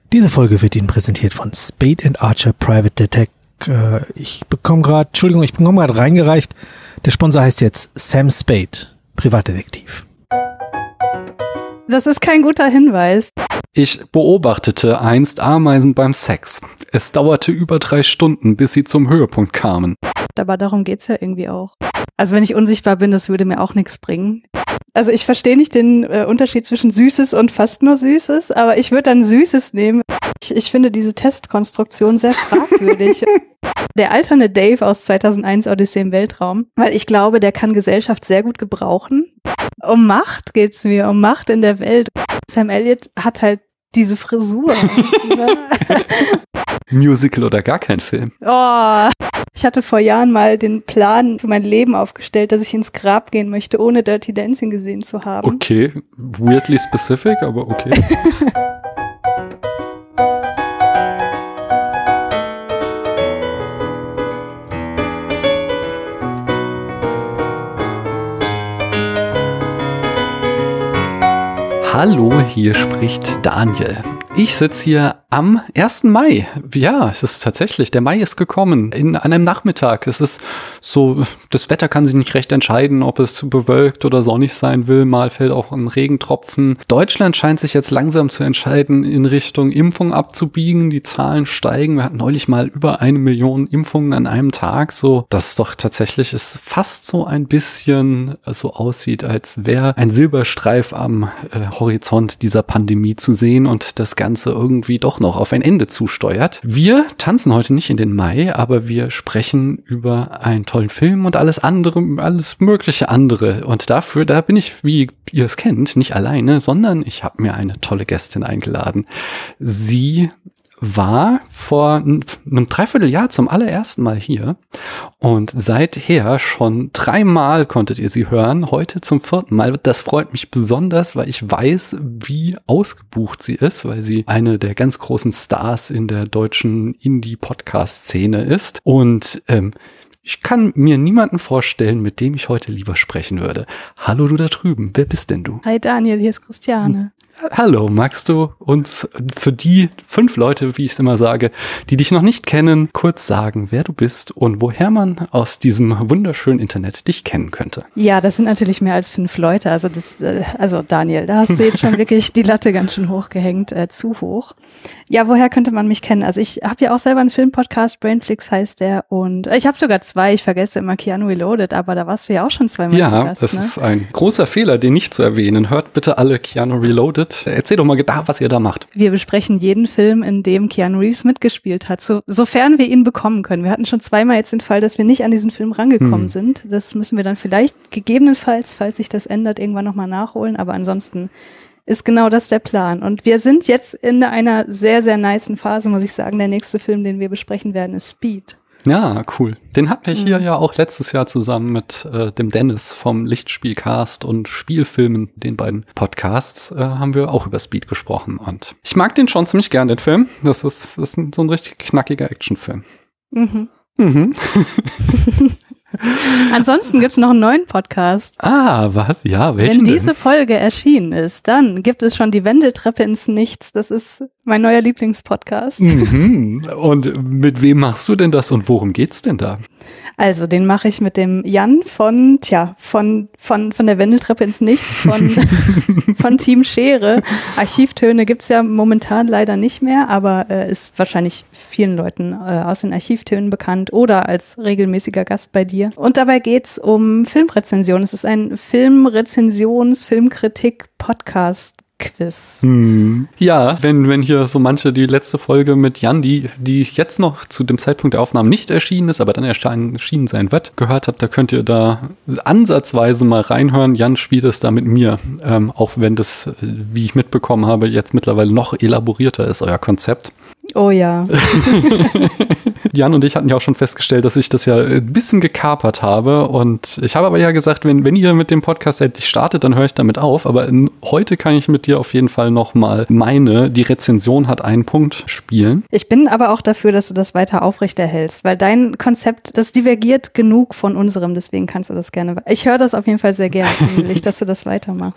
Diese Folge wird Ihnen präsentiert von Spade & Archer Private Detect. Ich bekomme gerade reingereicht. Der Sponsor heißt jetzt Sam Spade, Privatdetektiv. Das ist kein guter Hinweis. Ich beobachtete einst Ameisen beim Sex. Es dauerte über 3 Stunden, bis sie zum Höhepunkt kamen. Aber darum geht's ja irgendwie auch. Also wenn ich unsichtbar bin, das würde mir auch nichts bringen. Also ich verstehe nicht den Unterschied zwischen Süßes und fast nur Süßes, aber ich würde dann Süßes nehmen. Ich finde diese Testkonstruktion sehr fragwürdig. Der alternde Dave aus 2001 Odyssee im Weltraum, weil ich glaube, der kann Gesellschaft sehr gut gebrauchen. Um Macht geht's mir, um Macht in der Welt. Sam Elliott hat halt diese Frisur. Musical oder gar kein Film. Oh, ich hatte vor Jahren mal den Plan für mein Leben aufgestellt, dass ich ins Grab gehen möchte, ohne Dirty Dancing gesehen zu haben. Okay, weirdly specific, aber okay. Hallo, hier spricht Daniel. Ich sitze hier am 1. Mai. Ja, es ist tatsächlich, der Mai ist gekommen an einem Nachmittag. Es ist so, das Wetter kann sich nicht recht entscheiden, ob es bewölkt oder sonnig sein will. Mal fällt auch ein Regentropfen. Deutschland scheint sich jetzt langsam zu entscheiden, in Richtung Impfung abzubiegen. Die Zahlen steigen. Wir hatten neulich mal über 1 Million Impfungen an einem Tag. So, dass doch tatsächlich es fast so ein bisschen so aussieht, als wäre ein Silberstreif am Horizont dieser Pandemie zu sehen und das Ganze irgendwie doch noch auf ein Ende zusteuert. Wir tanzen heute nicht in den Mai, aber wir sprechen über einen tollen Film und alles mögliche andere. Und da bin ich, wie ihr es kennt, nicht alleine, sondern ich habe mir eine tolle Gästin eingeladen. Sie war vor einem Dreivierteljahr zum allerersten Mal hier und seither schon 3 Mal konntet ihr sie hören, heute zum 4. Mal. Das freut mich besonders, weil ich weiß, wie ausgebucht sie ist, weil sie eine der ganz großen Stars in der deutschen Indie-Podcast-Szene ist und ich kann mir niemanden vorstellen, mit dem ich heute lieber sprechen würde. Hallo du da drüben, wer bist denn du? Hi Daniel, hier ist Christiane. Hallo, magst du uns für die 5 Leute, wie ich es immer sage, die dich noch nicht kennen, kurz sagen, wer du bist und woher man aus diesem wunderschönen Internet dich kennen könnte? Ja, das sind natürlich mehr als 5 Leute. Also Daniel, da hast du jetzt schon wirklich die Latte ganz schön hochgehängt, zu hoch. Ja, woher könnte man mich kennen? Also ich habe ja auch selber einen Filmpodcast, Brainflix heißt der, und ich habe sogar 2. Ich vergesse immer Keanu Reloaded, aber da warst du ja auch schon 2 Mal zu Gast. Ja, das ist ein großer Fehler, den nicht zu erwähnen. Hört bitte alle Keanu Reloaded. Erzähl doch mal was ihr da macht. Wir besprechen jeden Film, in dem Keanu Reeves mitgespielt hat, sofern wir ihn bekommen können. Wir hatten schon 2-mal jetzt den Fall, dass wir nicht an diesen Film rangekommen sind. Das müssen wir dann vielleicht gegebenenfalls, falls sich das ändert, irgendwann nochmal nachholen. Aber ansonsten ist genau das der Plan. Und wir sind jetzt in einer sehr, sehr nicen Phase, muss ich sagen. Der nächste Film, den wir besprechen werden, ist Speed. Ja, cool. Den hatten wir hier ja auch letztes Jahr zusammen mit dem Dennis vom Lichtspielcast und Spielfilmen, den beiden Podcasts, haben wir auch über Speed gesprochen. Und ich mag den schon ziemlich gern, den Film. Das ist so ein richtig knackiger Actionfilm. Mhm. Ansonsten gibt's noch einen neuen Podcast. Ah, was? Ja, welchen Wenn diese Folge erschienen ist, dann gibt es schon die Wendeltreppe ins Nichts. Das ist mein neuer Lieblingspodcast. Mhm. Und mit wem machst du denn das und worum geht's denn da? Also, den mache ich mit dem Jan von der Wendeltreppe ins Nichts, von Team Schere. Archivtöne gibt's ja momentan leider nicht mehr, aber ist wahrscheinlich vielen Leuten aus den Archivtönen bekannt oder als regelmäßiger Gast bei dir. Und dabei geht's um Filmrezension. Es ist ein Filmkritik-Podcast. Quiz. Ja, wenn hier so manche die letzte Folge mit Jan, die jetzt noch zu dem Zeitpunkt der Aufnahme nicht erschienen ist, aber dann erschienen sein wird, gehört habt, da könnt ihr da ansatzweise mal reinhören. Jan spielt es da mit mir, auch wenn das, wie ich mitbekommen habe, jetzt mittlerweile noch elaborierter ist, euer Konzept. Oh ja. Jan und ich hatten ja auch schon festgestellt, dass ich das ja ein bisschen gekapert habe und ich habe aber ja gesagt, wenn ihr mit dem Podcast endlich startet, dann höre ich damit auf, aber heute kann ich mit dir auf jeden Fall nochmal die Rezension hat einen Punkt spielen. Ich bin aber auch dafür, dass du das weiter aufrechterhältst, weil dein Konzept, das divergiert genug von unserem, deswegen kannst du das gerne, ich höre das auf jeden Fall sehr gerne, dass du das weitermachst.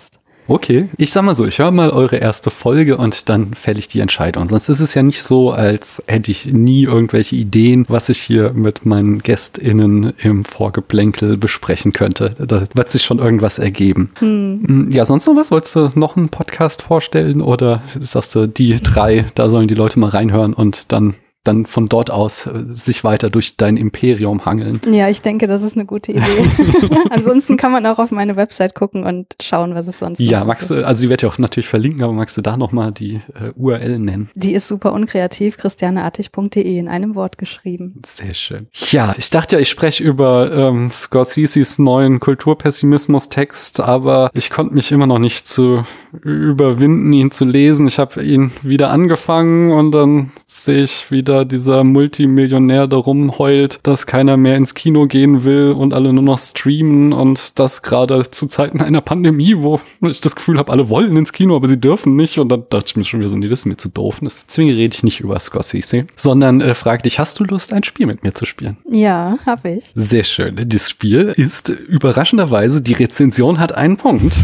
Okay, ich sag mal so, ich höre mal eure erste Folge und dann fälle ich die Entscheidung. Sonst ist es ja nicht so, als hätte ich nie irgendwelche Ideen, was ich hier mit meinen GästInnen im Vorgeplänkel besprechen könnte. Da wird sich schon irgendwas ergeben. Ja, sonst noch was? Wolltest du noch einen Podcast vorstellen oder sagst du, die 3, da sollen die Leute mal reinhören und dann von dort aus sich weiter durch dein Imperium hangeln? Ja, ich denke, das ist eine gute Idee. Ansonsten kann man auch auf meine Website gucken und schauen, was es sonst noch Ja, so magst gibt. du, also die werde ich auch natürlich verlinken, aber magst du da nochmal die URL nennen? Die ist super unkreativ, christianeartig.de in einem Wort geschrieben. Sehr schön. Ja, ich dachte ja, ich spreche über Scorseses neuen Kulturpessimismus-Text, aber ich konnte mich immer noch nicht zu überwinden, ihn zu lesen. Ich habe ihn wieder angefangen und dann sehe ich wieder dieser Multimillionär da rumheult, dass keiner mehr ins Kino gehen will und alle nur noch streamen und das gerade zu Zeiten einer Pandemie, wo ich das Gefühl habe, alle wollen ins Kino, aber sie dürfen nicht. Und dann dachte ich mir schon wieder so, nee, das ist mir zu doof. Deswegen rede ich nicht über Scorsese, sondern frage dich, hast du Lust, ein Spiel mit mir zu spielen? Ja, habe ich. Sehr schön. Das Spiel ist überraschenderweise, die Rezension hat einen Punkt.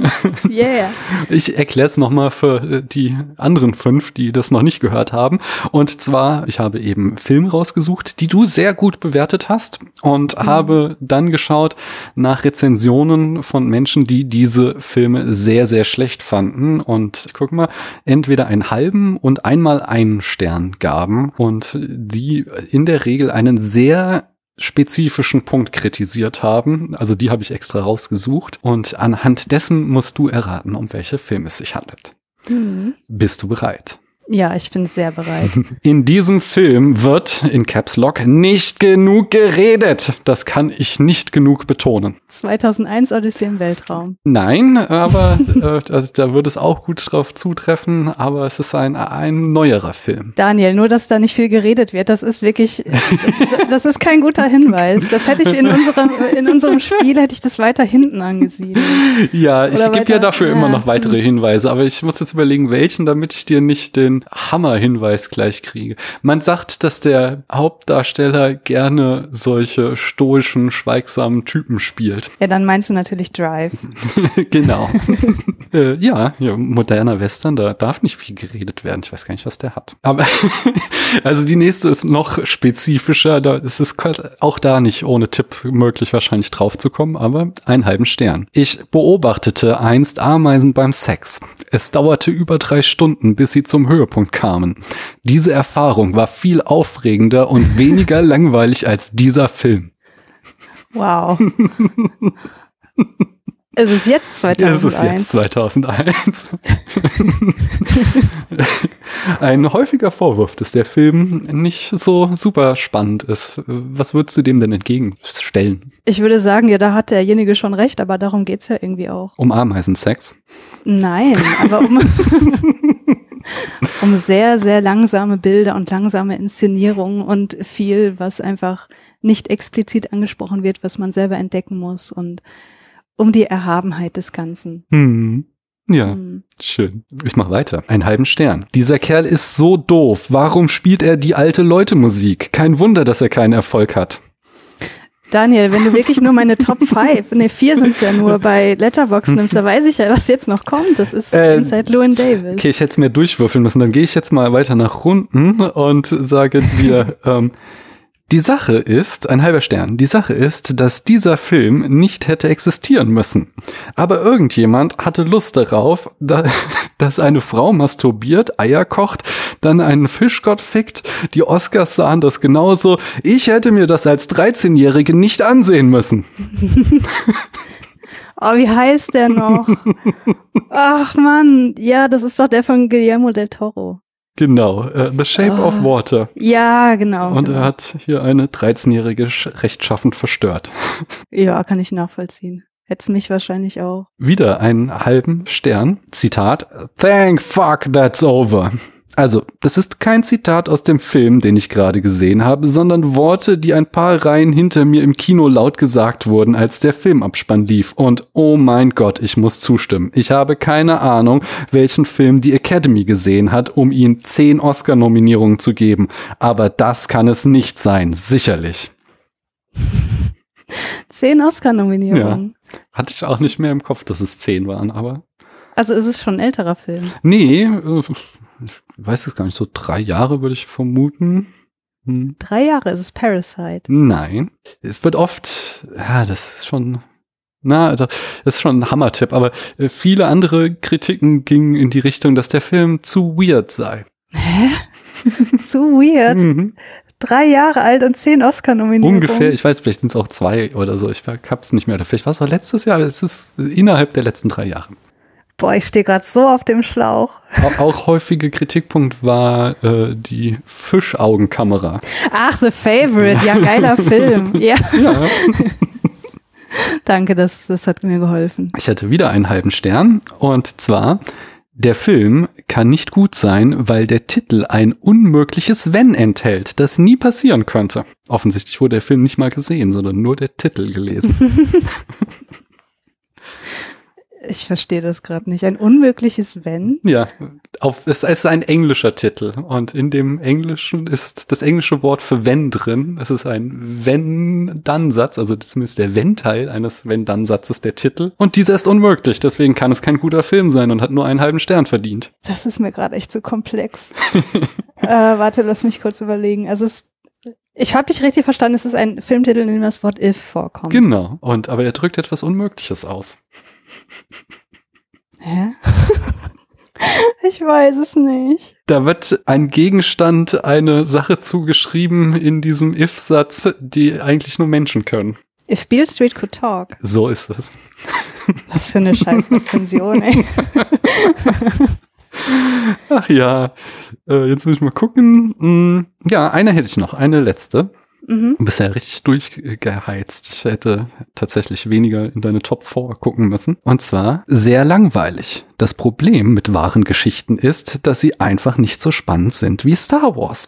Yeah. Ich erkläre es nochmal für die anderen 5, die das noch nicht gehört haben. Und zwar, ich habe eben Filme rausgesucht, die du sehr gut bewertet hast und habe dann geschaut nach Rezensionen von Menschen, die diese Filme sehr, sehr schlecht fanden. Und ich gucke mal, entweder einen halben und einmal einen Stern gaben und die in der Regel einen sehr spezifischen Punkt kritisiert haben. Also die habe ich extra rausgesucht. Und anhand dessen musst du erraten, um welche Filme es sich handelt. Bist du bereit? Ja, ich bin sehr bereit. In diesem Film wird in Caps Lock nicht genug geredet. Das kann ich nicht genug betonen. 2001 Odyssee im Weltraum. Nein, aber da würde es auch gut drauf zutreffen, aber es ist ein neuerer Film. Daniel, nur dass da nicht viel geredet wird, das ist wirklich, das ist kein guter Hinweis. Das hätte ich in unserem Spiel, hätte ich das weiter hinten angesiedelt. Ja, ich gebe dir dafür immer noch weiter. weitere Hinweise, aber ich muss jetzt überlegen, welchen, damit ich dir nicht den Hammer-Hinweis gleich kriege. Man sagt, dass der Hauptdarsteller gerne solche stoischen, schweigsamen Typen spielt. Ja, dann meinst du natürlich Drive. Genau. Ja, moderner Western, da darf nicht viel geredet werden. Ich weiß gar nicht, was der hat. Aber also die nächste ist noch spezifischer. Da ist es auch da nicht ohne Tipp möglich, wahrscheinlich drauf zu kommen, aber einen halben Stern. Ich beobachtete einst Ameisen beim Sex. Es dauerte über 3 Stunden, bis sie zum Höhepunkt kamen. Diese Erfahrung war viel aufregender und weniger langweilig als dieser Film. Wow. Es ist jetzt 2001. Es ist jetzt 2001. Ein häufiger Vorwurf, dass der Film nicht so super spannend ist. Was würdest du dem denn entgegenstellen? Ich würde sagen, ja, da hat derjenige schon recht, aber darum geht's ja irgendwie auch. Um Ameisensex? Nein, aber um sehr, sehr langsame Bilder und langsame Inszenierungen und viel, was einfach nicht explizit angesprochen wird, was man selber entdecken muss und um die Erhabenheit des Ganzen. Ja, schön. Ich mach weiter. Einen halben Stern. Dieser Kerl ist so doof. Warum spielt er die alte Leute-Musik? Kein Wunder, dass er keinen Erfolg hat. Daniel, wenn du wirklich nur meine Top 5, 4 sind es ja nur, bei Letterboxd nimmst, da weiß ich ja, was jetzt noch kommt. Das ist Inside Llewyn Davis. Okay, ich hätte es mir durchwürfeln müssen. Dann gehe ich jetzt mal weiter nach unten und sage dir, die Sache ist, ein halber Stern, die Sache ist, dass dieser Film nicht hätte existieren müssen. Aber irgendjemand hatte Lust darauf, dass eine Frau masturbiert, Eier kocht, dann einen Fischgott fickt. Die Oscars sahen das genauso. Ich hätte mir das als 13-Jährige nicht ansehen müssen. Oh, wie heißt der noch? Ach Mann, ja, das ist doch der von Guillermo del Toro. Genau, The Shape of Water. Ja, genau. Und er hat hier eine 13-Jährige rechtschaffend verstört. Ja, kann ich nachvollziehen. Hätt's mich wahrscheinlich auch. Wieder einen halben Stern. Zitat, Thank fuck that's over. Also, das ist kein Zitat aus dem Film, den ich gerade gesehen habe, sondern Worte, die ein paar Reihen hinter mir im Kino laut gesagt wurden, als der Filmabspann lief. Und oh mein Gott, ich muss zustimmen. Ich habe keine Ahnung, welchen Film die Academy gesehen hat, um ihm 10 Oscar-Nominierungen zu geben. Aber das kann es nicht sein, sicherlich. 10 Oscar-Nominierungen. Ja, hatte ich auch nicht mehr im Kopf, dass es 10 waren, aber Also ist es schon ein älterer Film? Nee, ich weiß es gar nicht, so 3 Jahre würde ich vermuten. 3 Jahre ist es Parasite. Nein. Es wird oft, ja, das ist schon, das ist schon ein Hammertipp, aber viele andere Kritiken gingen in die Richtung, dass der Film zu weird sei. Hä? Zu weird? 3 Jahre alt und 10 Oscar-Nominierungen. Ungefähr, ich weiß, vielleicht sind es auch 2 oder so, ich hab's nicht mehr, oder vielleicht war es auch letztes Jahr, aber es ist innerhalb der letzten 3 Jahre. Boah, ich stehe gerade so auf dem Schlauch. Auch häufiger Kritikpunkt war die Fischaugenkamera. Ach, The Favorite, ja, geiler Film. Ja. Danke, das hat mir geholfen. Ich hatte wieder einen halben Stern, und zwar: Der Film kann nicht gut sein, weil der Titel ein unmögliches Wenn enthält, das nie passieren könnte. Offensichtlich wurde der Film nicht mal gesehen, sondern nur der Titel gelesen. Ich verstehe das gerade nicht. Ein unmögliches Wenn? Ja, es ist ein englischer Titel, und in dem Englischen ist das englische Wort für Wenn drin. Es ist ein Wenn-Dann-Satz, also zumindest der Wenn-Teil eines Wenn-Dann-Satzes der Titel. Und dieser ist unmöglich, deswegen kann es kein guter Film sein und hat nur einen halben Stern verdient. Das ist mir gerade echt zu komplex. Warte, lass mich kurz überlegen. Also ich habe dich richtig verstanden, es ist ein Filmtitel, in dem das Wort If vorkommt. Genau, aber er drückt etwas Unmögliches aus. Hä? Ich weiß es nicht. Da wird ein Gegenstand, eine Sache zugeschrieben in diesem If-Satz, die eigentlich nur Menschen können. If Beale Street could talk. So ist es. Was für eine scheiß Rezension, ey. Ach ja, jetzt muss ich mal gucken. Ja, eine hätte ich noch, eine letzte. Du bist ja richtig durchgeheizt. Ich hätte tatsächlich weniger in deine Top 4 gucken müssen. Und zwar: Sehr langweilig. Das Problem mit wahren Geschichten ist, dass sie einfach nicht so spannend sind wie Star Wars.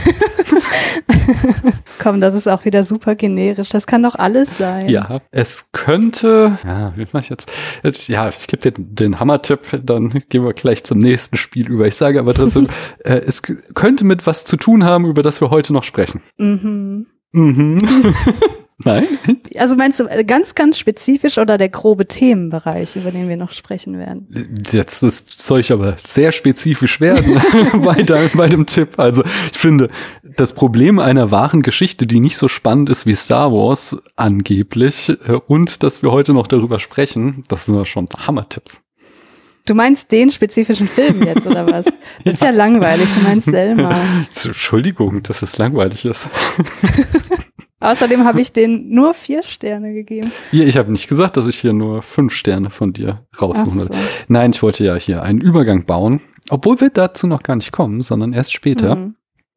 Komm, das ist auch wieder super generisch. Das kann doch alles sein. Ja, es könnte, wie mache ich jetzt? Ja, ich gebe dir den Hammertipp, dann gehen wir gleich zum nächsten Spiel über. Ich sage aber trotzdem, es könnte mit was zu tun haben, über das wir heute noch sprechen. Nein? Also meinst du ganz, ganz spezifisch oder der grobe Themenbereich, über den wir noch sprechen werden? Jetzt soll ich aber sehr spezifisch werden bei dem Tipp. Also ich finde, das Problem einer wahren Geschichte, die nicht so spannend ist wie Star Wars angeblich, und dass wir heute noch darüber sprechen, das sind ja schon Hammertipps. Du meinst den spezifischen Film jetzt, oder was? Das ist ja langweilig, du meinst Selma. Entschuldigung, dass es langweilig ist. Außerdem habe ich denen nur 4 Sterne gegeben. Ja, ich habe nicht gesagt, dass ich hier nur 5 Sterne von dir raussuchen will. So. Nein, ich wollte ja hier einen Übergang bauen, obwohl wir dazu noch gar nicht kommen, sondern erst später.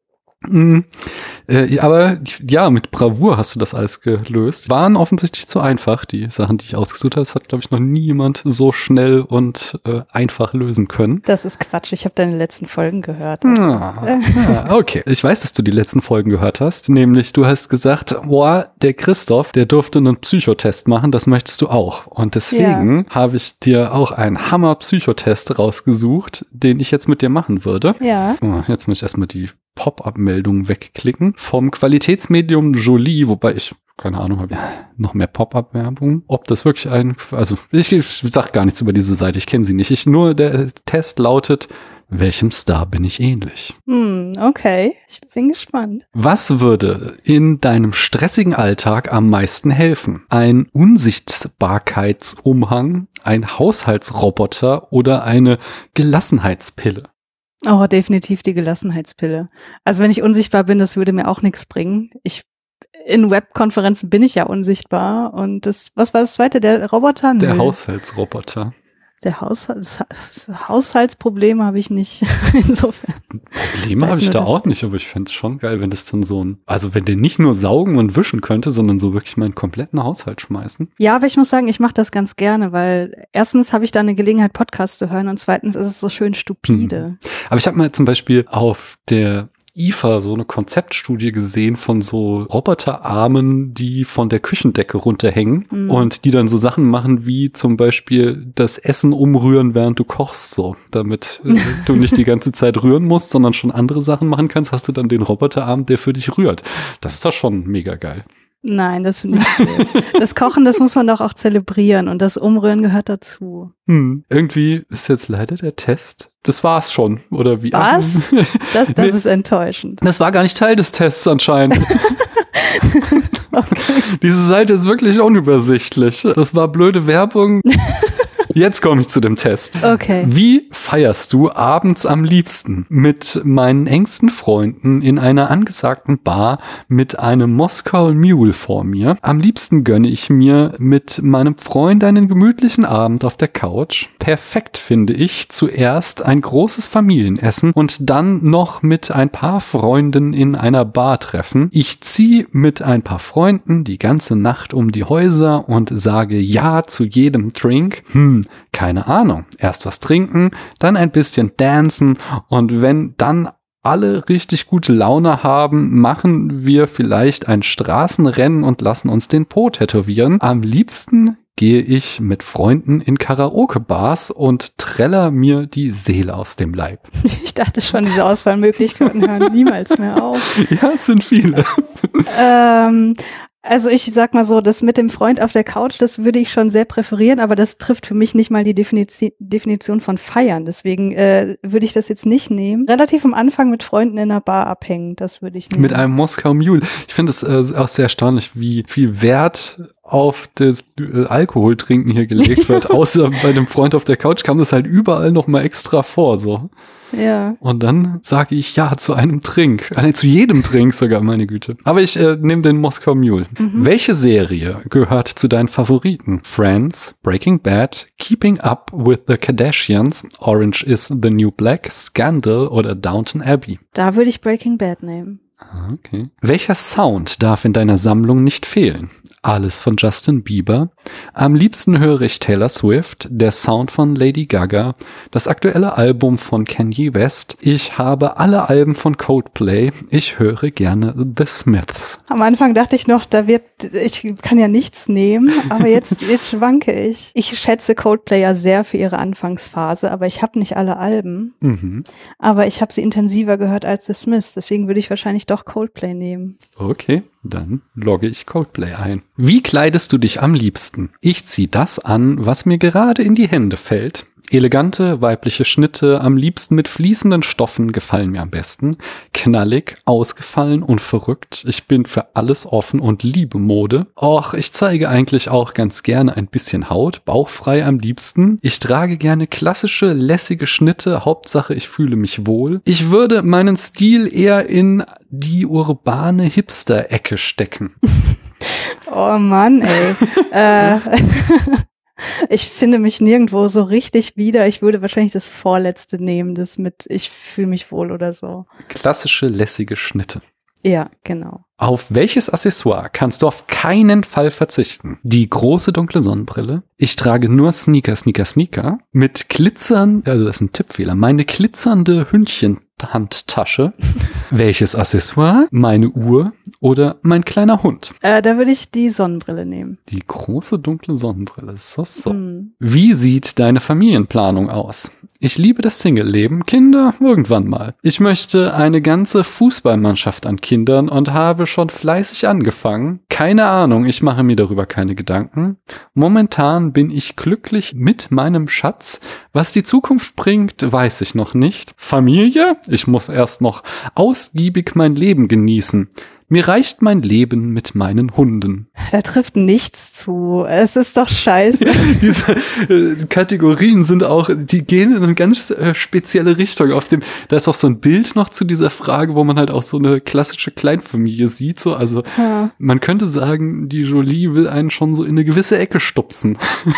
Aber ja, mit Bravour hast du das alles gelöst. Waren offensichtlich zu einfach, die Sachen, die ich ausgesucht habe. Das hat, glaube ich, noch nie jemand so schnell und einfach lösen können. Das ist Quatsch. Ich habe deine letzten Folgen gehört. Also. Okay, ich weiß, dass du die letzten Folgen gehört hast. Nämlich, du hast gesagt, boah, der Christoph, der durfte einen Psychotest machen. Das möchtest du auch. Und deswegen habe ich dir auch einen Hammer-Psychotest rausgesucht, den ich jetzt mit dir machen würde. Ja. Oh, jetzt muss ich erstmal die Pop-up-Meldungen wegklicken. Vom Qualitätsmedium Jolie, wobei ich keine Ahnung habe, noch mehr Pop-up-Werbung. Ob das wirklich ich sag gar nichts über diese Seite, ich kenne sie nicht. Nur der Test lautet: Welchem Star bin ich ähnlich? Okay, ich bin gespannt. Was würde in deinem stressigen Alltag am meisten helfen? Ein Unsichtbarkeitsumhang, ein Haushaltsroboter oder eine Gelassenheitspille? Oh, definitiv die Gelassenheitspille. Also wenn ich unsichtbar bin, das würde mir auch nichts bringen. In Webkonferenzen bin ich ja unsichtbar. Und was war das zweite? Der Roboter? Der Haushaltsroboter. Haushaltsprobleme habe ich nicht. Insofern. Probleme habe ich da auch nicht, aber ich fände es schon geil, wenn das dann also wenn der nicht nur saugen und wischen könnte, sondern so wirklich meinen kompletten Haushalt schmeißen. Ja, aber ich muss sagen, ich mache das ganz gerne, weil erstens habe ich da eine Gelegenheit, Podcasts zu hören, und zweitens ist es so schön stupide. Aber ich habe mal zum Beispiel auf der IFA so eine Konzeptstudie gesehen von so Roboterarmen, die von der Küchendecke runterhängen und die dann so Sachen machen wie zum Beispiel das Essen umrühren, während du kochst, so. Damit du nicht die ganze Zeit rühren musst, sondern schon andere Sachen machen kannst, hast du dann den Roboterarm, der für dich rührt. Das ist doch schon mega geil. Nein, das finde ich cool. Das Kochen, das muss man doch auch zelebrieren und das Umrühren gehört dazu. Irgendwie ist jetzt leider der Test. Das war's schon, oder wie? Was? Das ist enttäuschend. Das war gar nicht Teil des Tests anscheinend. Okay. Diese Seite ist wirklich unübersichtlich. Das war blöde Werbung. Jetzt komme ich zu dem Test. Okay. Wie feierst du abends am liebsten? Mit meinen engsten Freunden in einer angesagten Bar mit einem Moskau Mule vor mir. Am liebsten gönne ich mir mit meinem Freund einen gemütlichen Abend auf der Couch. Perfekt finde ich zuerst ein großes Familienessen und dann noch mit ein paar Freunden in einer Bar treffen. Ich ziehe mit ein paar Freunden die ganze Nacht um die Häuser und sage ja zu jedem Drink. Keine Ahnung. Erst was trinken, dann ein bisschen dancen und wenn dann alle richtig gute Laune haben, machen wir vielleicht ein Straßenrennen und lassen uns den Po tätowieren. Am liebsten gehe ich mit Freunden in Karaoke-Bars und träller mir die Seele aus dem Leib. Ich dachte schon, diese Auswahlmöglichkeiten hören niemals mehr auf. Ja, es sind viele. Also ich sag mal so, das mit dem Freund auf der Couch, das würde ich schon sehr präferieren, aber das trifft für mich nicht mal die Definition von feiern. Deswegen würde ich das jetzt nicht nehmen. Relativ am Anfang mit Freunden in einer Bar abhängen, das würde ich nehmen. Mit einem Moskau Mule. Ich finde es auch sehr erstaunlich, wie viel Wert auf das Alkoholtrinken hier gelegt wird. Außer bei dem Freund auf der Couch kam das halt überall noch mal extra vor, so. Ja. Und dann sage ich ja zu einem Trink. Zu jedem Trink sogar, meine Güte. Aber ich nehme den Moskau Mule. Welche Serie gehört zu deinen Favoriten? Friends, Breaking Bad, Keeping Up with the Kardashians, Orange is the New Black, Scandal oder Downton Abbey? Da würde ich Breaking Bad nehmen. Okay. Welcher Sound darf in deiner Sammlung nicht fehlen? Alles von Justin Bieber. Am liebsten höre ich Taylor Swift, der Sound von Lady Gaga, das aktuelle Album von Kanye West. Ich habe alle Alben von Coldplay. Ich höre gerne The Smiths. Am Anfang dachte ich noch, ich kann ja nichts nehmen, aber jetzt schwanke ich. Ich schätze Coldplay ja sehr für ihre Anfangsphase, aber ich habe nicht alle Alben. Aber ich habe sie intensiver gehört als The Smiths, deswegen würde ich wahrscheinlich doch Coldplay nehmen. Okay, dann logge ich Coldplay ein. Wie kleidest du dich am liebsten? Ich ziehe das an, was mir gerade in die Hände fällt. Elegante weibliche Schnitte, am liebsten mit fließenden Stoffen, gefallen mir am besten. Knallig, ausgefallen und verrückt. Ich bin für alles offen und liebe Mode. Och, ich zeige eigentlich auch ganz gerne ein bisschen Haut, bauchfrei am liebsten. Ich trage gerne klassische, lässige Schnitte, Hauptsache ich fühle mich wohl. Ich würde meinen Stil eher in die urbane Hipster-Ecke stecken. Oh Mann, ey. Ich finde mich nirgendwo so richtig wieder. Ich würde wahrscheinlich das Vorletzte nehmen, das mit ich fühle mich wohl oder so. Klassische, lässige Schnitte. Ja, genau. Auf welches Accessoire kannst du auf keinen Fall verzichten? Die große dunkle Sonnenbrille. Ich trage nur Sneaker mit Glitzern, also das ist ein Tippfehler, meine glitzernde Hündchenhandtasche. Welches Accessoire? Meine Uhr oder mein kleiner Hund? Da würde ich die Sonnenbrille nehmen. Die große dunkle Sonnenbrille. So. Wie sieht deine Familienplanung aus? Ich liebe das Single-Leben. Kinder irgendwann mal. Ich möchte eine ganze Fußballmannschaft an Kindern und habe schon fleißig angefangen. Keine Ahnung, ich mache mir darüber keine Gedanken. Momentan bin ich glücklich mit meinem Schatz. Was die Zukunft bringt, weiß ich noch nicht. Familie? Ich muss erst noch ausgiebig mein Leben genießen. Mir reicht mein Leben mit meinen Hunden. Da trifft nichts zu. Es ist doch scheiße. Diese Kategorien sind auch, die gehen in eine ganz spezielle Richtung. Da ist auch so ein Bild noch zu dieser Frage, wo man halt auch so eine klassische Kleinfamilie sieht. So. Also man könnte sagen, die Jolie will einen schon so in eine gewisse Ecke stupsen.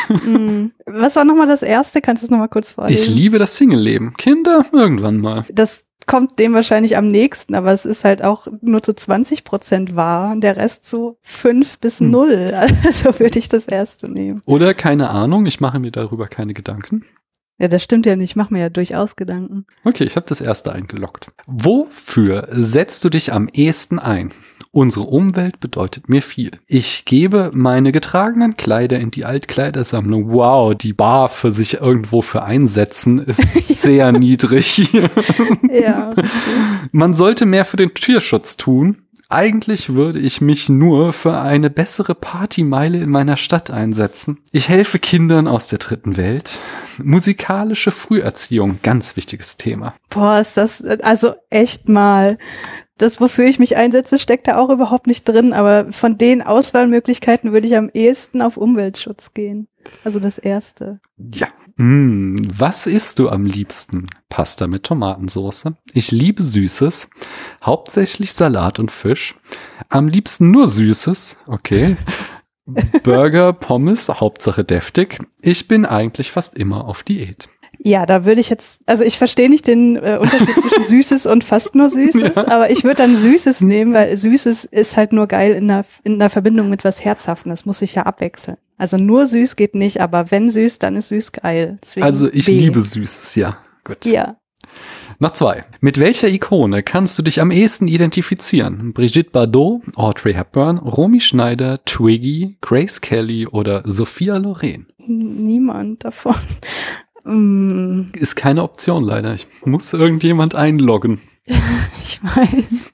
Was war nochmal das Erste? Kannst du es nochmal kurz vorlesen? Ich liebe das Single-Leben. Kinder irgendwann mal. Das kommt dem wahrscheinlich am nächsten, aber es ist halt auch nur zu 20% wahr und der Rest so 5 bis 0. Also würde ich das Erste nehmen. Oder keine Ahnung, ich mache mir darüber keine Gedanken. Ja, das stimmt ja nicht. Ich mache mir ja durchaus Gedanken. Okay, ich habe das Erste eingeloggt. Wofür setzt du dich am ehesten ein? Unsere Umwelt bedeutet mir viel. Ich gebe meine getragenen Kleider in die Altkleidersammlung. Wow, die Bar für sich irgendwo für einsetzen ist sehr niedrig. Ja. Man sollte mehr für den Tierschutz tun. Eigentlich würde ich mich nur für eine bessere Partymeile in meiner Stadt einsetzen. Ich helfe Kindern aus der dritten Welt. Musikalische Früherziehung, ganz wichtiges Thema. Boah, ist das, also echt mal. Das, wofür ich mich einsetze, steckt da auch überhaupt nicht drin, aber von den Auswahlmöglichkeiten würde ich am ehesten auf Umweltschutz gehen. Also das Erste. Ja. Was isst du am liebsten? Pasta mit Tomatensauce. Ich liebe Süßes. Hauptsächlich Salat und Fisch. Am liebsten nur Süßes. Okay. Burger, Pommes, Hauptsache deftig. Ich bin eigentlich fast immer auf Diät. Ja, da würde ich jetzt, also ich verstehe nicht den Unterschied zwischen Süßes und fast nur Süßes, ja. Aber ich würde dann Süßes nehmen, weil Süßes ist halt nur geil in der Verbindung mit was Herzhaftem. Das muss sich ja abwechseln. Also nur süß geht nicht, aber wenn süß, dann ist süß geil. Deswegen also ich liebe Süßes, ja. Gut. Ja. Noch 2. Mit welcher Ikone kannst du dich am ehesten identifizieren? Brigitte Bardot, Audrey Hepburn, Romy Schneider, Twiggy, Grace Kelly oder Sophia Loren? Niemand davon. Ist keine Option leider. Ich muss irgendjemand einloggen. Ich weiß.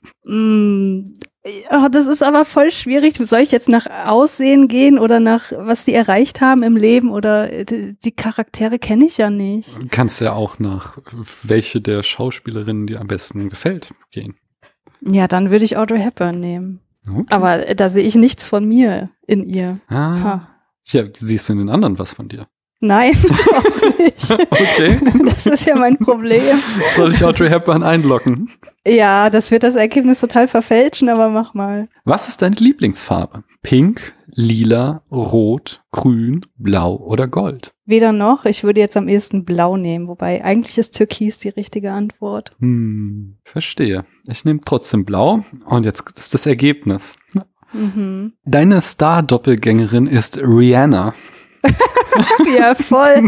Das ist aber voll schwierig. Soll ich jetzt nach Aussehen gehen oder nach, was die erreicht haben im Leben? Oder die Charaktere kenne ich ja nicht. Du kannst ja auch nach welche der Schauspielerinnen dir am besten gefällt gehen. Ja, dann würde ich Audrey Hepburn nehmen. Okay. Aber da sehe ich nichts von mir in ihr. Ja, siehst du in den anderen was von dir? Nein, auch nicht. Okay. Das ist ja mein Problem. Soll ich Audrey Hepburn einloggen? Ja, das wird das Ergebnis total verfälschen, aber mach mal. Was ist deine Lieblingsfarbe? Pink, lila, rot, grün, blau oder gold? Weder noch. Ich würde jetzt am ehesten blau nehmen, wobei eigentlich ist Türkis die richtige Antwort. Verstehe. Ich nehme trotzdem blau und jetzt ist das Ergebnis. Mhm. Deine Star-Doppelgängerin ist Rihanna. Ja, voll.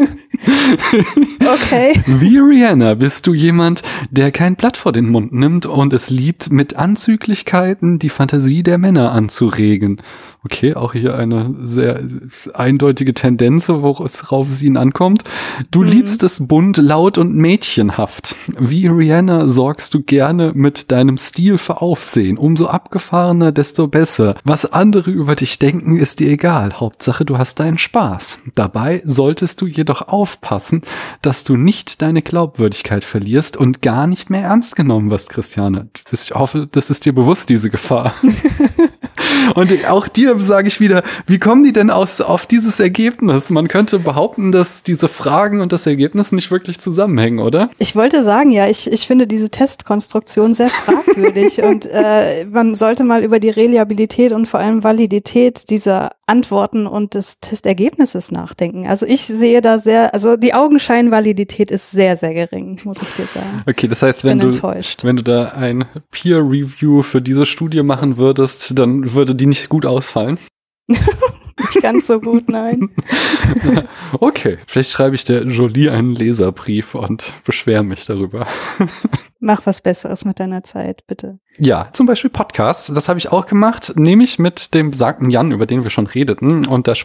Okay. Wie Rihanna bist du jemand, der kein Blatt vor den Mund nimmt und es liebt, mit Anzüglichkeiten die Fantasie der Männer anzuregen. Okay, auch hier eine sehr eindeutige Tendenz, worauf es ihnen ankommt. Du liebst es bunt, laut und mädchenhaft. Wie Rihanna sorgst du gerne mit deinem Stil für Aufsehen. Umso abgefahrener, desto besser. Was andere über dich denken, ist dir egal. Hauptsache, du hast deinen Spaß. Dabei solltest du jedoch aufpassen, dass du nicht deine Glaubwürdigkeit verlierst und gar nicht mehr ernst genommen wirst, Christiane. Ich hoffe, das ist dir bewusst, diese Gefahr. Und auch dir sage ich wieder, wie kommen die denn auf dieses Ergebnis? Man könnte behaupten, dass diese Fragen und das Ergebnis nicht wirklich zusammenhängen, oder? Ich wollte sagen, ja, ich finde diese Testkonstruktion sehr fragwürdig und man sollte mal über die Reliabilität und vor allem Validität dieser Antworten und des Testergebnisses nachdenken. Also ich sehe da also die Augenscheinvalidität ist sehr, sehr gering, muss ich dir sagen. Okay, das heißt, wenn du da ein Peer-Review für diese Studie machen würdest, dann würde die nicht gut ausfallen? Nicht ganz so gut, nein. Okay, vielleicht schreibe ich der Jolie einen Leserbrief und beschwere mich darüber. Mach was Besseres mit deiner Zeit, bitte. Ja, zum Beispiel Podcasts. Das habe ich auch gemacht, nämlich mit dem besagten Jan, über den wir schon redeten. Und da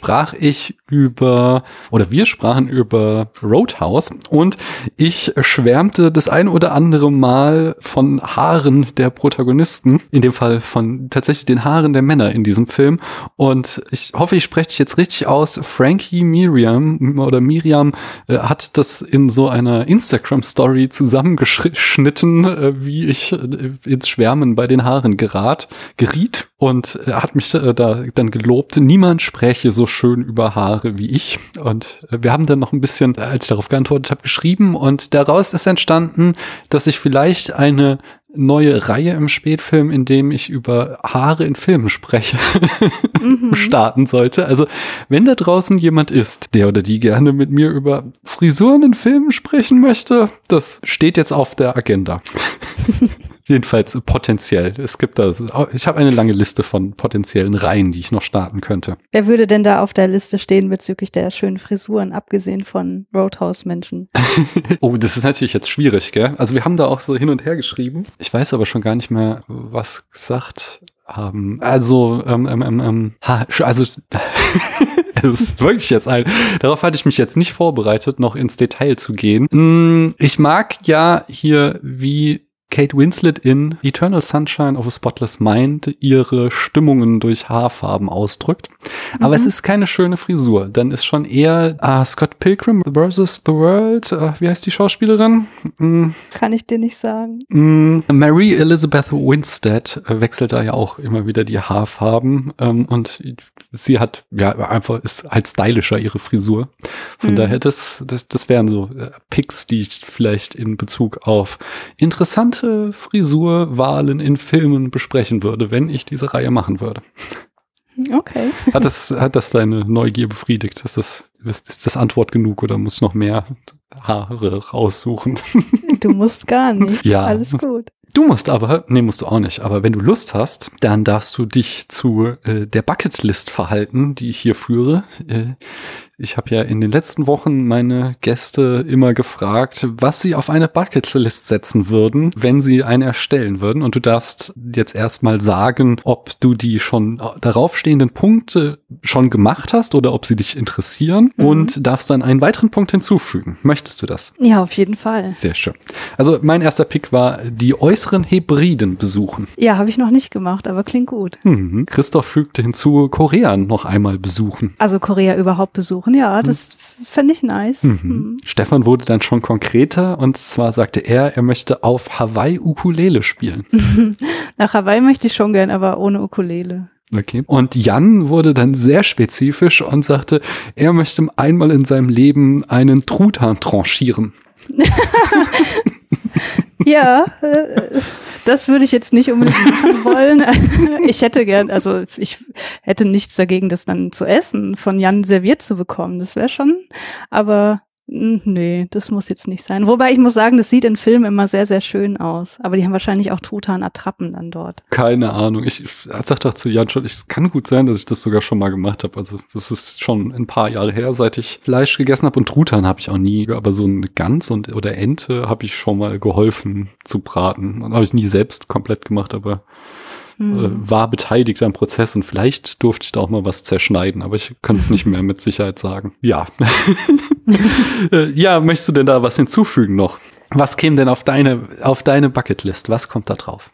wir sprachen über Roadhouse. Und ich schwärmte das ein oder andere Mal von Haaren der Protagonisten. In dem Fall von tatsächlich den Haaren der Männer in diesem Film. Und ich hoffe, ich spreche dich jetzt richtig aus. Frankie Miriam hat das in so einer Instagram-Story zusammengeschnitten, wie ich ins Schwärmen bei den Haaren geriet und hat mich da dann gelobt, niemand spräche so schön über Haare wie ich. Und wir haben dann noch ein bisschen, als ich darauf geantwortet habe, geschrieben und daraus ist entstanden, dass ich vielleicht eine neue Reihe im Spätfilm, in dem ich über Haare in Filmen spreche, starten sollte. Also wenn da draußen jemand ist, der oder die gerne mit mir über Frisuren in Filmen sprechen möchte, das steht jetzt auf der Agenda. Jedenfalls potenziell. Ich habe eine lange Liste von potenziellen Reihen, die ich noch starten könnte. Wer würde denn da auf der Liste stehen bezüglich der schönen Frisuren, abgesehen von Roadhouse-Menschen? Oh, das ist natürlich jetzt schwierig, gell? Also wir haben da auch so hin und her geschrieben. Ich weiß aber schon gar nicht mehr, was gesagt haben. Also, es ist wirklich jetzt darauf hatte ich mich jetzt nicht vorbereitet, noch ins Detail zu gehen. Ich mag ja hier, wie Kate Winslet in Eternal Sunshine of a Spotless Mind ihre Stimmungen durch Haarfarben ausdrückt. Aber es ist keine schöne Frisur. Dann ist schon eher Scott Pilgrim vs. The World. Wie heißt die Schauspielerin? Kann ich dir nicht sagen. Mary Elizabeth Winstead wechselt da ja auch immer wieder die Haarfarben. Und sie hat ist halt stylischer ihre Frisur. Von daher, das wären so Picks, die ich vielleicht in Bezug auf interessante Frisurwahlen in Filmen besprechen würde, wenn ich diese Reihe machen würde. Okay. Hat das deine Neugier befriedigt? Ist das Antwort genug oder muss ich noch mehr Haare raussuchen? Du musst gar nicht. Ja. Alles gut. Musst du auch nicht. Aber wenn du Lust hast, dann darfst du dich zu der Bucketlist verhalten, die ich hier führe. Ich habe ja in den letzten Wochen meine Gäste immer gefragt, was sie auf eine Bucketlist setzen würden, wenn sie eine erstellen würden. Und du darfst jetzt erstmal sagen, ob du die schon darauf stehenden Punkte schon gemacht hast oder ob sie dich interessieren und darfst dann einen weiteren Punkt hinzufügen. Möchtest du das? Ja, auf jeden Fall. Sehr schön. Also mein erster Pick war die äußeren Hebriden besuchen. Ja, habe ich noch nicht gemacht, aber klingt gut. Christoph fügte hinzu, Korea noch einmal besuchen. Also Korea überhaupt besuchen, ja, das fände ich nice. Stefan wurde dann schon konkreter und zwar sagte er möchte auf Hawaii Ukulele spielen. Nach Hawaii möchte ich schon gern, aber ohne Ukulele. Okay. Und Jan wurde dann sehr spezifisch und sagte, er möchte einmal in seinem Leben einen Truthahn tranchieren. Ja, das würde ich jetzt nicht unbedingt machen wollen. Ich hätte nichts dagegen, das dann zu essen, von Jan serviert zu bekommen. Das wäre schon, aber nee, das muss jetzt nicht sein. Wobei ich muss sagen, das sieht in Filmen immer sehr, sehr schön aus. Aber die haben wahrscheinlich auch Truthahn-Attrappen dann dort. Keine Ahnung. Ich sag doch zu Jan schon, es kann gut sein, dass ich das sogar schon mal gemacht habe. Also das ist schon ein paar Jahre her, seit ich Fleisch gegessen habe. Und Truthahn habe ich auch nie. Aber so eine Gans oder Ente habe ich schon mal geholfen zu braten. Habe ich nie selbst komplett gemacht, aber war beteiligt am Prozess und vielleicht durfte ich da auch mal was zerschneiden, aber ich kann es nicht mehr mit Sicherheit sagen. Ja. Ja, möchtest du denn da was hinzufügen noch? Was käme denn auf deine Bucketlist? Was kommt da drauf?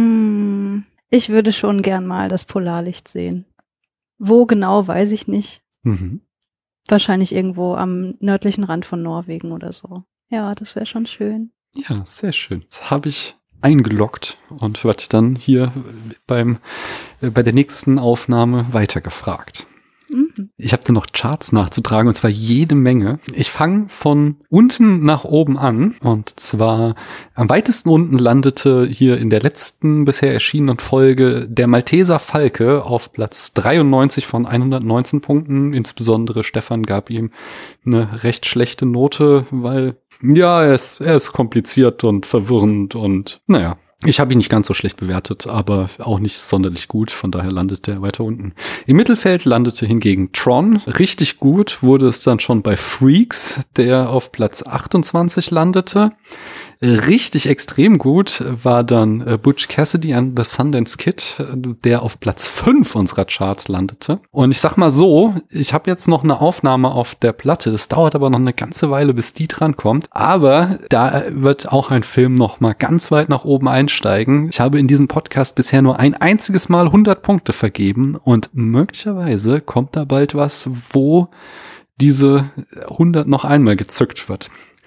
Ich würde schon gern mal das Polarlicht sehen. Wo genau, weiß ich nicht. Wahrscheinlich irgendwo am nördlichen Rand von Norwegen oder so. Ja, das wäre schon schön. Ja, sehr schön. Das habe ich eingeloggt und werde dann hier bei der nächsten Aufnahme weitergefragt. Ich habe da noch Charts nachzutragen und zwar jede Menge. Ich fange von unten nach oben an und zwar am weitesten unten landete hier in der letzten bisher erschienenen Folge der Malteser Falke auf Platz 93 von 119 Punkten. Insbesondere Stefan gab ihm eine recht schlechte Note, weil ja, er ist kompliziert und verwirrend und naja. Ich habe ihn nicht ganz so schlecht bewertet, aber auch nicht sonderlich gut. Von daher landet er weiter unten. Im Mittelfeld landete hingegen Tron. Richtig gut wurde es dann schon bei Freaks, der auf Platz 28 landete. Richtig extrem gut war dann Butch Cassidy and the Sundance Kid, der auf Platz 5 unserer Charts landete. Und ich sag mal so, ich habe jetzt noch eine Aufnahme auf der Platte. Das dauert aber noch eine ganze Weile, bis die drankommt. Aber da wird auch ein Film noch mal ganz weit nach oben einsteigen. Ich habe in diesem Podcast bisher nur ein einziges Mal 100 Punkte vergeben. Und möglicherweise kommt da bald was, wo diese 100 noch einmal gezückt wird.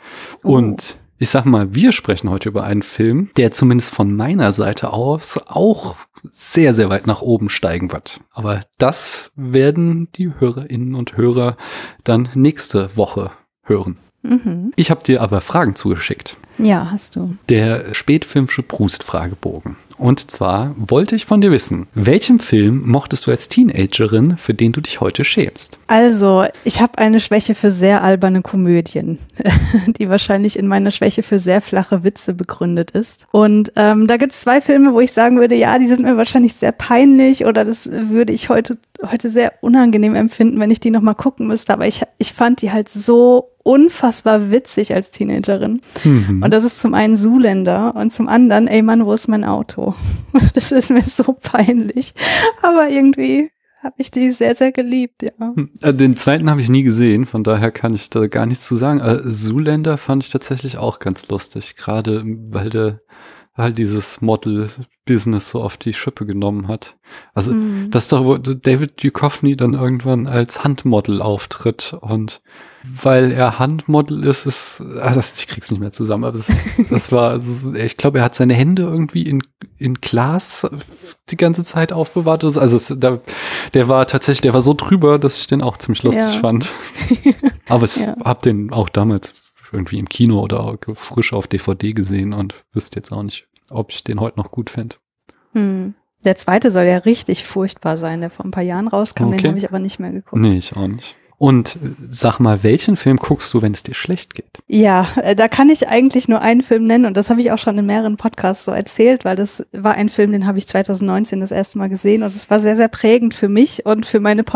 Und ich sag mal, wir sprechen heute über einen Film, der zumindest von meiner Seite aus auch sehr, sehr weit nach oben steigen wird. Aber das werden die Hörerinnen und Hörer dann nächste Woche hören. Ich habe dir aber Fragen zugeschickt. Ja, hast du. Der spätfilmische Proust-Fragebogen. Und zwar wollte ich von dir wissen, welchen Film mochtest du als Teenagerin, für den du dich heute schämst? Also, ich habe eine Schwäche für sehr alberne Komödien, die wahrscheinlich in meiner Schwäche für sehr flache Witze begründet ist. Und da gibt es 2 Filme, wo ich sagen würde, ja, die sind mir wahrscheinlich sehr peinlich oder das würde ich heute sehr unangenehm empfinden, wenn ich die nochmal gucken müsste. Aber ich fand die halt so unfassbar witzig als Teenagerin. Und das ist zum einen Zoolander und zum anderen, ey Mann, wo ist mein Auto? Das ist mir so peinlich. Aber irgendwie habe ich die sehr, sehr geliebt, ja. Den zweiten habe ich nie gesehen, von daher kann ich da gar nichts zu sagen. Zoolander fand ich tatsächlich auch ganz lustig, gerade weil der halt dieses Model-Business so auf die Schippe genommen hat. Also das ist doch, wo David Duchovny dann irgendwann als Handmodel auftritt und weil er Handmodel ist, ich krieg's nicht mehr zusammen, aber das war, also ich glaube, er hat seine Hände irgendwie in Glas die ganze Zeit aufbewahrt. Also der war so drüber, dass ich den auch ziemlich lustig fand. Aber ich hab den auch damals irgendwie im Kino oder auch frisch auf DVD gesehen und wüsste jetzt auch nicht, ob ich den heute noch gut fände. Der zweite soll ja richtig furchtbar sein, der vor ein paar Jahren rauskam, den habe ich aber nicht mehr geguckt. Nee, ich auch nicht. Und sag mal, welchen Film guckst du, wenn es dir schlecht geht? Ja, da kann ich eigentlich nur einen Film nennen und das habe ich auch schon in mehreren Podcasts so erzählt, weil das war ein Film, den habe ich 2019 das erste Mal gesehen und es war sehr, sehr prägend für mich und für mein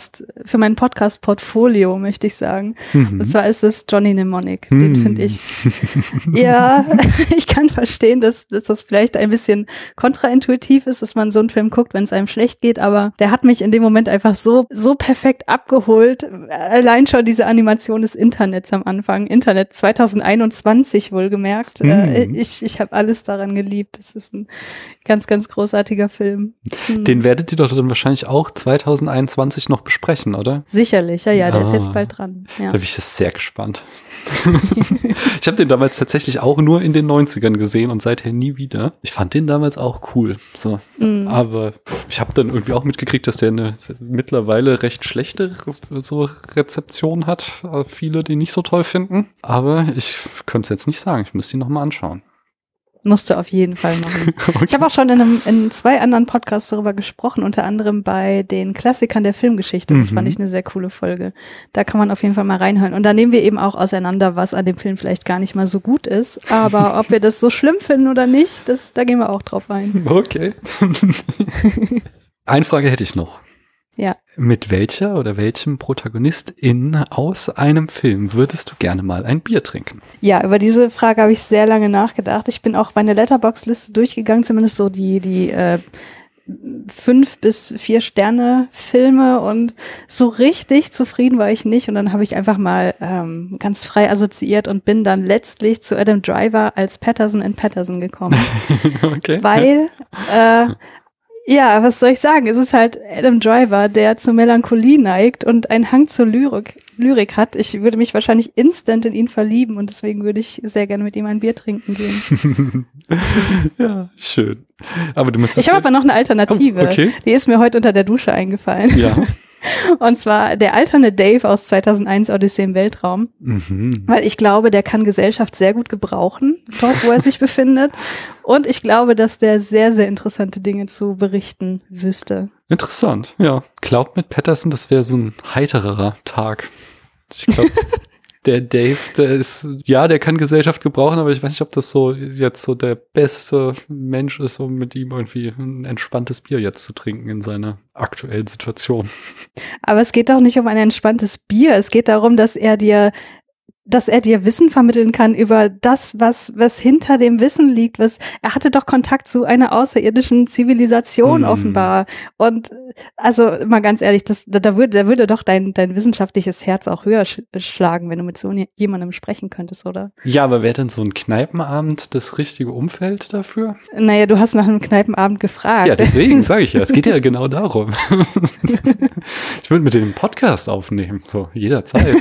Podcast-Portfolio, möchte ich sagen. Und zwar ist es Johnny Mnemonic. Den finde ich, ja, ich kann verstehen, dass das vielleicht ein bisschen kontraintuitiv ist, dass man so einen Film guckt, wenn es einem schlecht geht, aber der hat mich in dem Moment einfach so perfekt abgeholt. Allein schon diese Animation des Internets am Anfang. Internet 2021 wohlgemerkt. Ich habe alles daran geliebt. Das ist ein ganz, ganz großartiger Film. Den werdet ihr doch dann wahrscheinlich auch 2021 noch besprechen, oder? Sicherlich, ja, der ist jetzt bald dran. Ja. Da bin ich sehr gespannt. Ich habe den damals tatsächlich auch nur in den 90ern gesehen und seither nie wieder. Ich fand den damals auch cool. So. Aber ich habe dann irgendwie auch mitgekriegt, dass der eine mittlerweile recht schlechte so Rezeption hat. Viele, die nicht so toll finden. Aber ich könnte es jetzt nicht sagen. Ich müsste ihn nochmal anschauen. Musst du auf jeden Fall machen. Okay. Ich habe auch schon in 2 anderen Podcasts darüber gesprochen, unter anderem bei den Klassikern der Filmgeschichte. Das fand ich eine sehr coole Folge. Da kann man auf jeden Fall mal reinhören. Und da nehmen wir eben auch auseinander, was an dem Film vielleicht gar nicht mal so gut ist. Aber ob wir das so schlimm finden oder nicht, da gehen wir auch drauf ein. Okay. Eine Frage hätte ich noch. Ja. Mit welcher oder welchem Protagonistin aus einem Film würdest du gerne mal ein Bier trinken? Ja, über diese Frage habe ich sehr lange nachgedacht. Ich bin auch meine Letterboxd-Liste durchgegangen, zumindest so die 5 bis 4 Sterne Filme und so richtig zufrieden war ich nicht und dann habe ich einfach mal ganz frei assoziiert und bin dann letztlich zu Adam Driver als Patterson in Patterson gekommen. Okay. Weil ja, was soll ich sagen? Es ist halt Adam Driver, der zur Melancholie neigt und einen Hang zur Lyrik hat. Ich würde mich wahrscheinlich instant in ihn verlieben und deswegen würde ich sehr gerne mit ihm ein Bier trinken gehen. Ja, schön. Aber du müsstest. Ich habe aber noch eine Alternative. Oh, okay. Die ist mir heute unter der Dusche eingefallen. Ja. Und zwar der alterne Dave aus 2001 Odyssee im Weltraum. Weil ich glaube, der kann Gesellschaft sehr gut gebrauchen, dort wo er sich befindet. Und ich glaube, dass der sehr, sehr interessante Dinge zu berichten wüsste. Interessant, ja. Cloud mit Patterson, das wäre so ein heitererer Tag. Ich glaube, der Dave, der kann Gesellschaft gebrauchen, aber ich weiß nicht, ob das so jetzt so der beste Mensch ist, um mit ihm irgendwie ein entspanntes Bier jetzt zu trinken in seiner aktuellen Situation. Aber es geht doch nicht um ein entspanntes Bier. Es geht darum, dass er dir Wissen vermitteln kann über das, was hinter dem Wissen liegt. Er hatte doch Kontakt zu einer außerirdischen Zivilisation offenbar. Und also mal ganz ehrlich, da würde doch dein wissenschaftliches Herz auch höher schlagen, wenn du mit so jemandem sprechen könntest, oder? Ja, aber wäre denn so ein Kneipenabend das richtige Umfeld dafür? Naja, du hast nach einem Kneipenabend gefragt. Ja, deswegen sage ich ja, es geht ja genau darum. Ich würde mit dem Podcast aufnehmen, so jederzeit.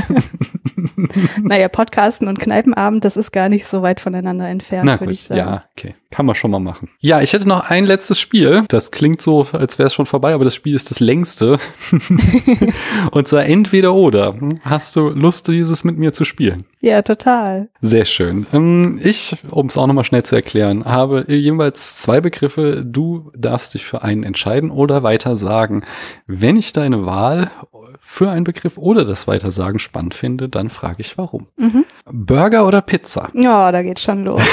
Naja, Podcasten und Kneipenabend, das ist gar nicht so weit voneinander entfernt, würde ich sagen. Ja, okay. Kann man schon mal machen. Ja, ich hätte noch ein letztes Spiel. Das klingt so, als wäre es schon vorbei, aber das Spiel ist das längste. Und zwar entweder oder. Hast du Lust, dieses mit mir zu spielen? Ja, total. Sehr schön. Ich, um es auch nochmal schnell zu erklären, habe jeweils 2 Begriffe. Du darfst dich für einen entscheiden oder weiter sagen. Wenn ich deine Wahl für einen Begriff oder das Weitersagen spannend finde, dann frage ich, warum. Burger oder Pizza? Ja, da geht's schon los.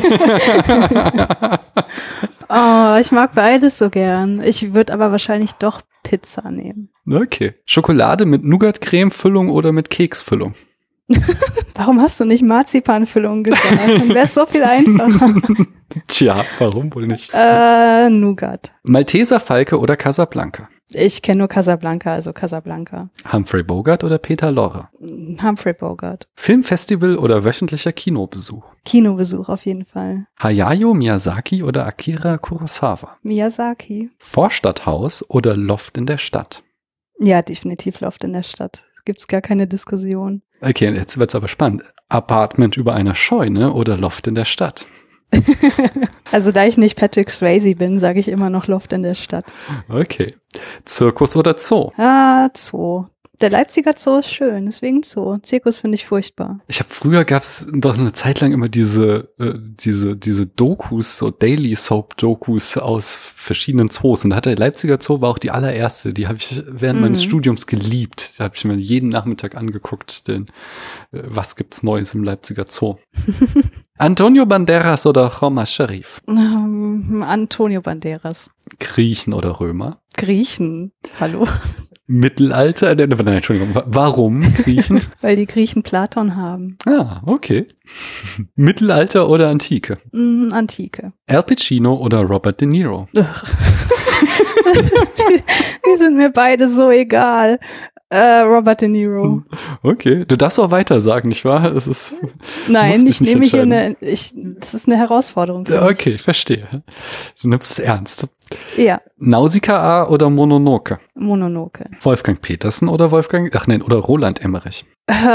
Oh, ich mag beides so gern. Ich würde aber wahrscheinlich doch Pizza nehmen. Okay. Schokolade mit Nougat-Creme-Füllung oder mit Keksfüllung? Warum hast du nicht Marzipanfüllung gesagt? Dann wäre es so viel einfacher. Tja, warum wohl nicht? Nougat. Malteser Falke oder Casablanca? Ich kenne nur Casablanca, also Casablanca. Humphrey Bogart oder Peter Lorre? Humphrey Bogart. Filmfestival oder wöchentlicher Kinobesuch? Kinobesuch auf jeden Fall. Hayao Miyazaki oder Akira Kurosawa? Miyazaki. Vorstadthaus oder Loft in der Stadt? Ja, definitiv Loft in der Stadt. Gibt's gar keine Diskussion. Okay, jetzt wird's aber spannend. Apartment über einer Scheune oder Loft in der Stadt? Also da ich nicht Patrick Swayze bin, sage ich immer noch Loft in der Stadt. Okay. Zirkus oder Zoo? Zoo. Der Leipziger Zoo ist schön, deswegen Zoo. Zirkus finde ich furchtbar. Früher gab's doch eine Zeit lang immer diese Dokus, so Daily Soap Dokus aus verschiedenen Zoos. Und da hat der Leipziger Zoo war auch die allererste. Die habe ich während meines Studiums geliebt. Da habe ich mir jeden Nachmittag angeguckt, denn was gibt's Neues im Leipziger Zoo? Antonio Banderas oder Omar Sharif? Antonio Banderas. Griechen oder Römer? Griechen. Hallo. Mittelalter? Entschuldigung. Warum Griechen? Weil die Griechen Platon haben. Ah, okay. Mittelalter oder Antike? Antike. Al Pacino oder Robert De Niro? Die sind mir beide so egal. Robert De Niro. Okay, du darfst auch weiter sagen, nicht wahr? Nein, ich nehme hier das ist eine Herausforderung für mich. Okay, ich verstehe. Du nimmst es ernst. Ja. Nausicaa oder Mononoke? Mononoke. Wolfgang Petersen oder oder Roland Emmerich?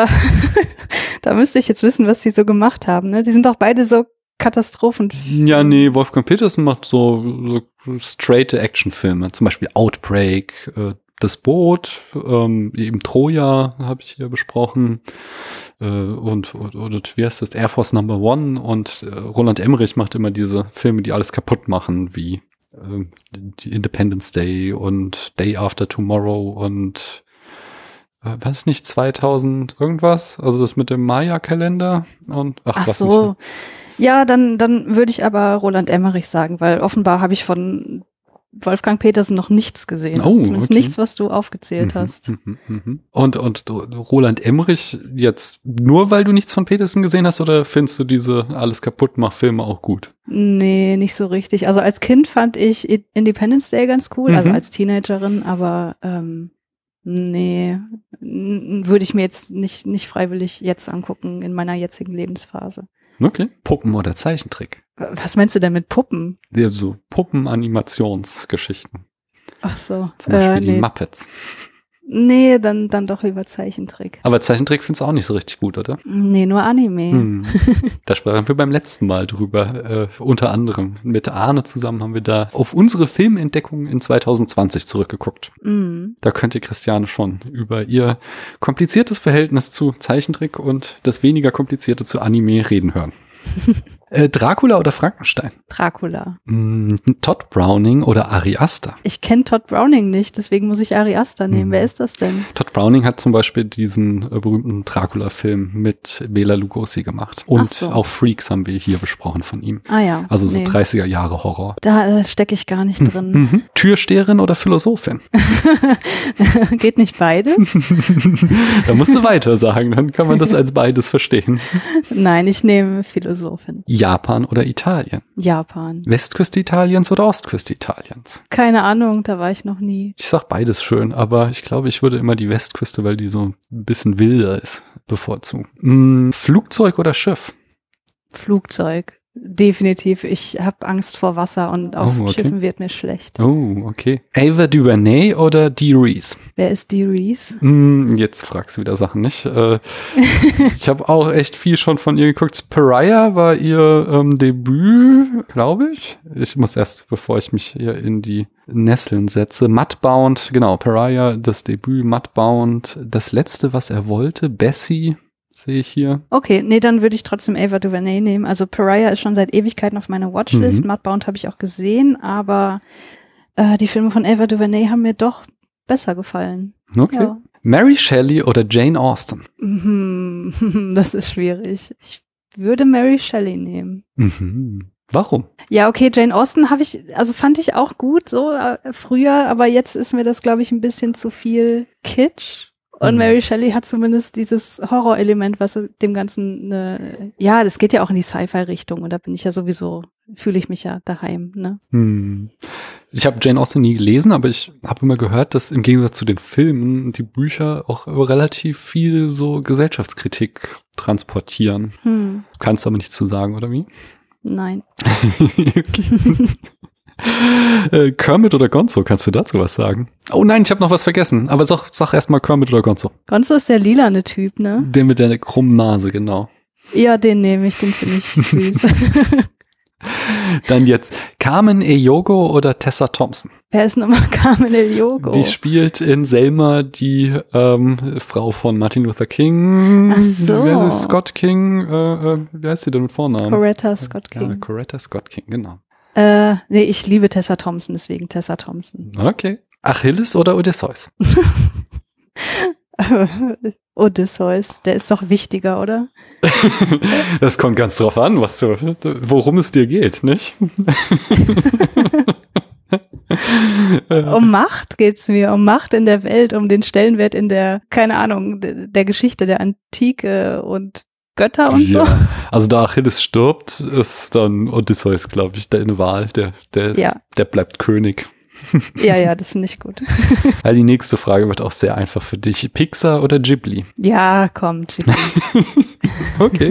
Da müsste ich jetzt wissen, was sie so gemacht haben, ne? Die sind doch beide so Katastrophen. Ja, nee, Wolfgang Petersen macht so straighte Actionfilme, zum Beispiel Outbreak, Das Boot, eben Troja habe ich hier besprochen und wie heißt das, Air Force Number One, und Roland Emmerich macht immer diese Filme, die alles kaputt machen, wie die Independence Day und Day After Tomorrow und was nicht, 2000 irgendwas, also das mit dem Maya-Kalender und ach so. Ja, dann würde ich aber Roland Emmerich sagen, weil offenbar habe ich von Wolfgang Petersen noch nichts gesehen. Also zumindest nichts, was du aufgezählt hast. Und Roland Emmerich jetzt nur, weil du nichts von Petersen gesehen hast, oder findest du diese alles kaputt mach Filme auch gut? Nee, nicht so richtig. Also als Kind fand ich Independence Day ganz cool, also als Teenagerin, aber nee, würde ich mir jetzt nicht freiwillig jetzt angucken in meiner jetzigen Lebensphase. Okay. Puppen oder Zeichentrick? Was meinst du denn mit Puppen? Ja, so Puppen-Animationsgeschichten. Ach so. Zum Beispiel die Muppets. Nee, dann doch lieber Zeichentrick. Aber Zeichentrick findest du auch nicht so richtig gut, oder? Nee, nur Anime. Da sprachen wir beim letzten Mal drüber. Unter anderem mit Arne zusammen haben wir da auf unsere Filmentdeckung in 2020 zurückgeguckt. Da könnte Christiane schon über ihr kompliziertes Verhältnis zu Zeichentrick und das weniger komplizierte zu Anime reden hören. Dracula oder Frankenstein? Dracula. Todd Browning oder Ari Aster? Ich kenne Todd Browning nicht, deswegen muss ich Ari Aster nehmen. Wer ist das denn? Todd Browning hat zum Beispiel diesen berühmten Dracula-Film mit Bela Lugosi gemacht. Und auch Freaks haben wir hier besprochen von ihm. Ah ja. Also so 30er Jahre Horror. Da stecke ich gar nicht drin. Türsteherin oder Philosophin? Geht nicht beides? Da musst du weiter sagen, dann kann man das als beides verstehen. Nein, ich nehme Philosophin. Japan oder Italien? Japan. Westküste Italiens oder Ostküste Italiens? Keine Ahnung, da war ich noch nie. Ich sag beides schön, aber ich glaube, ich würde immer die Westküste, weil die so ein bisschen wilder ist, bevorzugen. Flugzeug oder Schiff? Flugzeug. Definitiv. Ich habe Angst vor Wasser und auf Schiffen wird mir schlecht. Oh, okay. Ava DuVernay oder Dee Reese? Wer ist Dee Reese? Jetzt fragst du wieder Sachen nicht. Ich habe auch echt viel schon von ihr geguckt. Pariah war ihr Debüt, glaube ich. Ich muss erst, bevor ich mich hier in die Nesseln setze. Mudbound, genau. Pariah, das Debüt, Mudbound. Das letzte, was er wollte, Bessie. Sehe ich hier. Okay, nee, dann würde ich trotzdem Ava DuVernay nehmen. Also Pariah ist schon seit Ewigkeiten auf meiner Watchlist. Mudbound habe ich auch gesehen, aber die Filme von Ava DuVernay haben mir doch besser gefallen. Okay. Ja. Mary Shelley oder Jane Austen? Das ist schwierig. Ich würde Mary Shelley nehmen. Warum? Ja, okay, Jane Austen fand ich auch gut so früher, aber jetzt ist mir das, glaube ich, ein bisschen zu viel Kitsch. Und Mary Shelley hat zumindest dieses Horrorelement, was dem Ganzen, das geht ja auch in die Sci-Fi-Richtung und da bin ich ja sowieso, fühle ich mich ja daheim, ne? Ich habe Jane Austen nie gelesen, aber ich habe immer gehört, dass im Gegensatz zu den Filmen die Bücher auch relativ viel so Gesellschaftskritik transportieren. Kannst du aber nichts zu sagen, oder wie? Nein. Kermit oder Gonzo, kannst du dazu was sagen? Oh nein, ich habe noch was vergessen, aber sag erstmal Kermit oder Gonzo. Gonzo ist der lilane Typ, ne? Der mit der krummen Nase, genau. Ja, den nehme ich, den finde ich süß. Dann jetzt Carmen Ejogo oder Tessa Thompson? Wer ist nochmal Carmen Ejogo? Die spielt in Selma die Frau von Martin Luther King. Ach so. Wer ist Scott King? Wie heißt sie denn mit Vornamen? Coretta Scott King. Ja, Coretta Scott King, genau. Nee, ich liebe Tessa Thompson, deswegen Tessa Thompson. Okay. Achilles oder Odysseus? Odysseus, der ist doch wichtiger, oder? Das kommt ganz drauf an, worum es dir geht, nicht? Um Macht geht's mir, um Macht in der Welt, um den Stellenwert in der, keine Ahnung, der Geschichte der Antike und Götter und so. Also da Achilles stirbt, ist dann Odysseus, glaube ich, eine Wahl. Der bleibt König. Ja, das finde ich gut. Also die nächste Frage wird auch sehr einfach für dich. Pixar oder Ghibli? Ja, komm, Ghibli. Okay.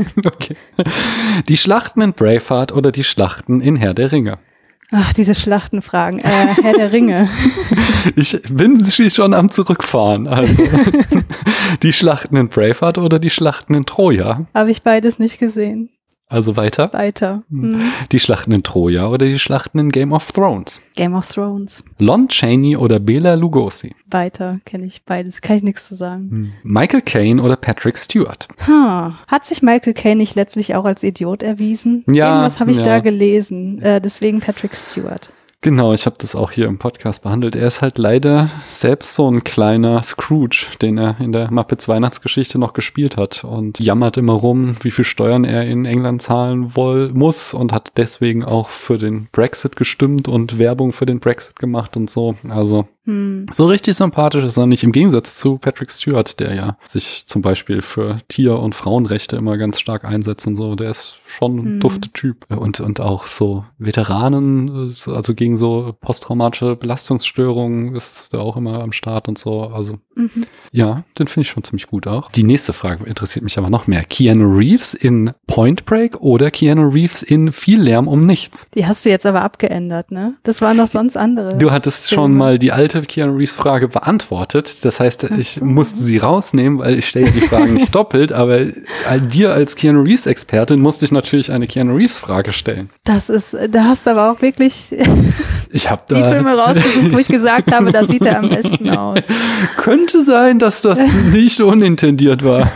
Die Schlachten in Braveheart oder die Schlachten in Herr der Ringe? Ach, diese Schlachtenfragen. Herr der Ringe. Ich bin schon am Zurückfahren. Also die Schlachten in Braveheart oder die Schlachten in Troja? Habe ich beides nicht gesehen. Also weiter? Weiter. Die Schlachten in Troja oder die Schlachten in Game of Thrones? Game of Thrones. Lon Chaney oder Bela Lugosi? Weiter, kenne ich beides. Kann ich nichts zu sagen. Michael Caine oder Patrick Stewart? Hat sich Michael Caine nicht letztlich auch als Idiot erwiesen? Ja. Irgendwas habe ich da gelesen. Deswegen Patrick Stewart. Genau, ich habe das auch hier im Podcast behandelt. Er ist halt leider selbst so ein kleiner Scrooge, den er in der Muppets Weihnachtsgeschichte noch gespielt hat und jammert immer rum, wie viel Steuern er in England zahlen muss und hat deswegen auch für den Brexit gestimmt und Werbung für den Brexit gemacht und so. Also so richtig sympathisch ist er nicht, im Gegensatz zu Patrick Stewart, der ja sich zum Beispiel für Tier- und Frauenrechte immer ganz stark einsetzt und so. Der ist schon ein dufter Typ. Und auch so Veteranen, also gegen so posttraumatische Belastungsstörungen ist er auch immer am Start und so. Also ja, den finde ich schon ziemlich gut auch. Die nächste Frage interessiert mich aber noch mehr. Keanu Reeves in Point Break oder Keanu Reeves in Viel Lärm um nichts? Die hast du jetzt aber abgeändert, ne? Das waren doch sonst andere. Du hattest schon mal die alte Keanu Reeves Frage beantwortet. Das heißt, ich musste sie rausnehmen, weil ich stelle die Fragen nicht doppelt, aber dir als Keanu Reeves Expertin musste ich natürlich eine Keanu Reeves Frage stellen. Da hast du aber auch wirklich ich hab die Filme rausgesucht, wo ich gesagt habe, da sieht er am besten aus. Könnte sein, dass das nicht unintendiert war.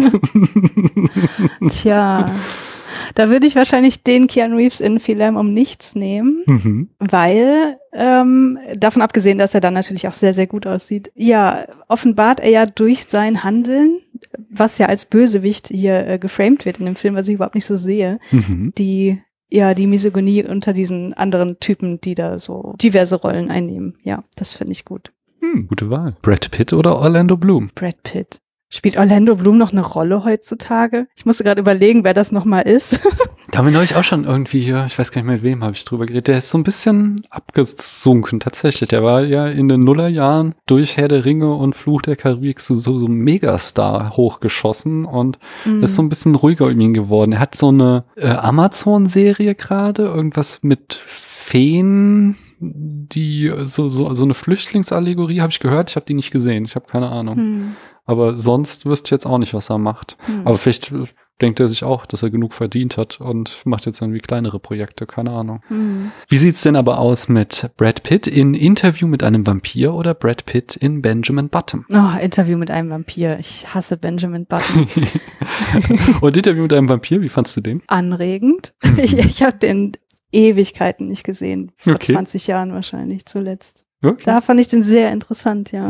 Tja, da würde ich wahrscheinlich den Keanu Reeves in Viel Lärm um nichts nehmen, weil, davon abgesehen, dass er dann natürlich auch sehr, sehr gut aussieht, ja, offenbart er ja durch sein Handeln, was ja als Bösewicht hier geframed wird in dem Film, was ich überhaupt nicht so sehe, die Misogynie unter diesen anderen Typen, die da so diverse Rollen einnehmen. Ja, das finde ich gut. Gute Wahl. Brad Pitt oder Orlando Bloom? Brad Pitt. Spielt Orlando Bloom noch eine Rolle heutzutage? Ich musste gerade überlegen, wer das nochmal ist. Da haben wir neulich auch schon irgendwie hier, ich weiß gar nicht mehr, mit wem habe ich drüber geredet, der ist so ein bisschen abgesunken tatsächlich. Der war ja in den Nullerjahren durch Herr der Ringe und Fluch der Karibik so Megastar hochgeschossen und ist so ein bisschen ruhiger um ihn geworden. Er hat so eine Amazon-Serie gerade, irgendwas mit Feen, die so eine Flüchtlingsallegorie habe ich gehört, ich habe die nicht gesehen, ich habe keine Ahnung. Aber sonst wüsste ich jetzt auch nicht, was er macht. Aber vielleicht denkt er sich auch, dass er genug verdient hat und macht jetzt irgendwie kleinere Projekte, keine Ahnung. Wie sieht's denn aber aus mit Brad Pitt in Interview mit einem Vampir oder Brad Pitt in Benjamin Button? Oh, Interview mit einem Vampir. Ich hasse Benjamin Button. Und Interview mit einem Vampir, wie fandst du den? Anregend. Ich habe den Ewigkeiten nicht gesehen. Vor 20 Jahren wahrscheinlich zuletzt. Okay. Da fand ich den sehr interessant, ja.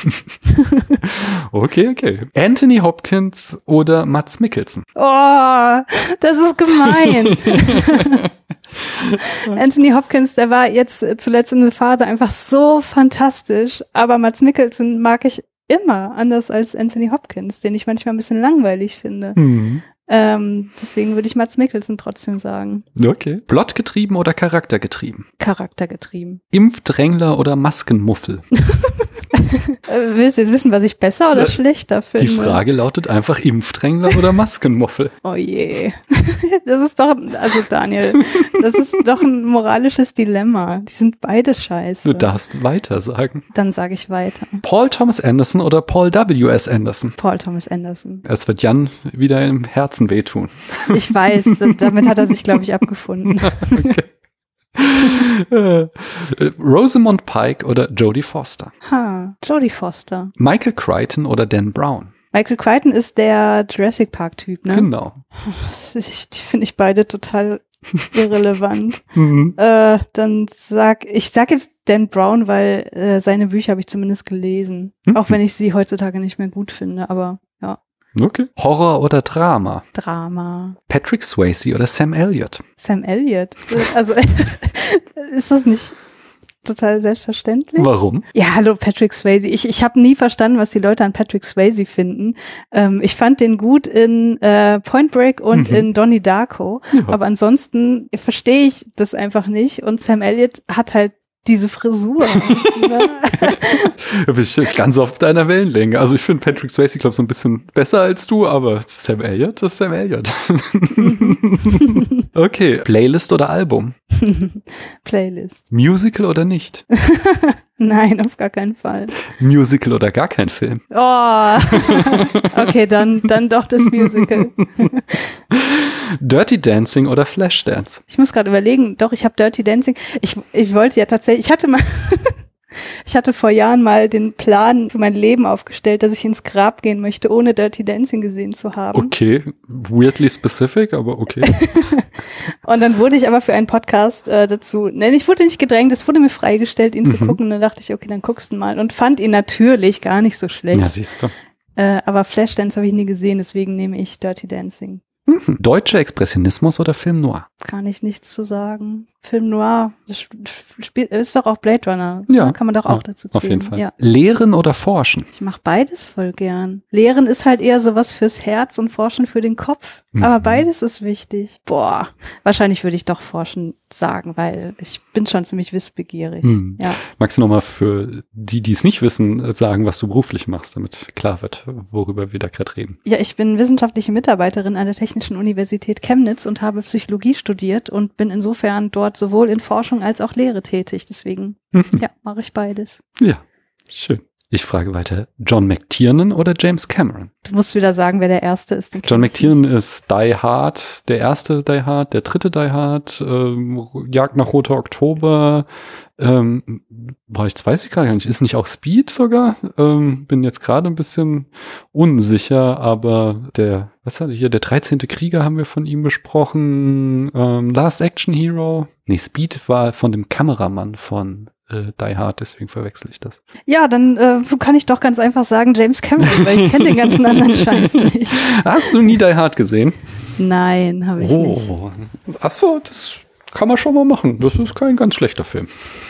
Okay. Anthony Hopkins oder Mads Mikkelsen? Oh, das ist gemein. Anthony Hopkins, der war jetzt zuletzt in The Father einfach so fantastisch, aber Mads Mikkelsen mag ich immer, anders als Anthony Hopkins, den ich manchmal ein bisschen langweilig finde. Deswegen würde ich Mads Mikkelsen trotzdem sagen. Okay. Plotgetrieben oder charaktergetrieben? Charaktergetrieben. Impfdrängler oder Maskenmuffel? Willst du jetzt wissen, was ich besser oder schlechter finde? Die Frage lautet einfach Impfdrängler oder Maskenmuffel. Oh je. Das ist doch, also Daniel, das ist doch ein moralisches Dilemma. Die sind beide scheiße. Du darfst weiter sagen. Dann sage ich weiter. Paul Thomas Anderson oder Paul W.S. Anderson? Paul Thomas Anderson. Es wird Jan wieder im Herzen wehtun. Ich weiß, damit hat er sich, glaube ich, abgefunden. Okay. Rosamund Pike oder Jodie Foster? Jodie Foster. Michael Crichton oder Dan Brown? Michael Crichton ist der Jurassic Park-Typ, ne? Genau. Die finde ich beide total irrelevant. Dann sag jetzt Dan Brown, weil seine Bücher habe ich zumindest gelesen. Auch wenn ich sie heutzutage nicht mehr gut finde, aber ja. Okay. Horror oder Drama? Drama. Patrick Swayze oder Sam Elliott? Sam Elliott? Also ist das nicht total selbstverständlich? Warum? Ja, hallo, Patrick Swayze. Ich habe nie verstanden, was die Leute an Patrick Swayze finden. Ich fand den gut in Point Break und in Donnie Darko. Ja. Aber ansonsten verstehe ich das einfach nicht. Und Sam Elliott hat halt diese Frisur. Ich ganz auf deiner Wellenlänge. Also ich finde Patrick Swayze, glaube ich, so ein bisschen besser als du, aber Sam Elliott ist Sam Elliott. Okay, Playlist oder Album? Playlist. Musical oder nicht? Nein, auf gar keinen Fall. Musical oder gar kein Film? Oh, okay, dann doch das Musical. Dirty Dancing oder Flashdance? Ich muss gerade überlegen, doch, ich habe Dirty Dancing. Ich wollte ja tatsächlich, ich hatte vor Jahren mal den Plan für mein Leben aufgestellt, dass ich ins Grab gehen möchte, ohne Dirty Dancing gesehen zu haben. Okay, weirdly specific, aber okay. Und dann wurde ich aber für einen Podcast dazu, ich wurde nicht gedrängt, es wurde mir freigestellt, ihn zu gucken. Und dann dachte ich, okay, dann guckst du mal. Und fand ihn natürlich gar nicht so schlecht. Ja, siehst du. Aber Flashdance habe ich nie gesehen, deswegen nehme ich Dirty Dancing. Deutscher Expressionismus oder Film Noir? Kann ich nichts zu sagen. Film Noir, das ist doch auch Blade Runner. Ja. Kann man doch auch dazu zählen. Auf jeden Fall. Ja. Lehren oder Forschen? Ich mache beides voll gern. Lehren ist halt eher sowas fürs Herz und Forschen für den Kopf. Aber beides ist wichtig. Boah, wahrscheinlich würde ich doch Forschen sagen, weil ich bin schon ziemlich wissbegierig. Ja. Magst du nochmal für die es nicht wissen, sagen, was du beruflich machst, damit klar wird, worüber wir da gerade reden? Ja, ich bin wissenschaftliche Mitarbeiterin an der Technischen Universität Chemnitz und habe Psychologie studiert und bin insofern dort sowohl in Forschung als auch Lehre tätig. Deswegen, ja, mache ich beides. Ja, schön. Ich frage weiter, John McTiernan oder James Cameron? Du musst wieder sagen, wer der Erste ist. John McTiernan ist Die Hard, der erste Die Hard, der dritte Die Hard, Jagd nach Roter Oktober, jetzt weiß ich gar nicht, ist nicht auch Speed sogar? Bin jetzt gerade ein bisschen unsicher, aber der 13. Krieger haben wir von ihm besprochen, Last Action Hero, Speed war von dem Kameramann von Die Hard, deswegen verwechsel ich das. Ja, dann kann ich doch ganz einfach sagen James Cameron, weil ich kenne den ganzen anderen Scheiß nicht. Hast du nie Die Hard gesehen? Nein, habe ich nicht. Achso, das kann man schon mal machen. Das ist kein ganz schlechter Film.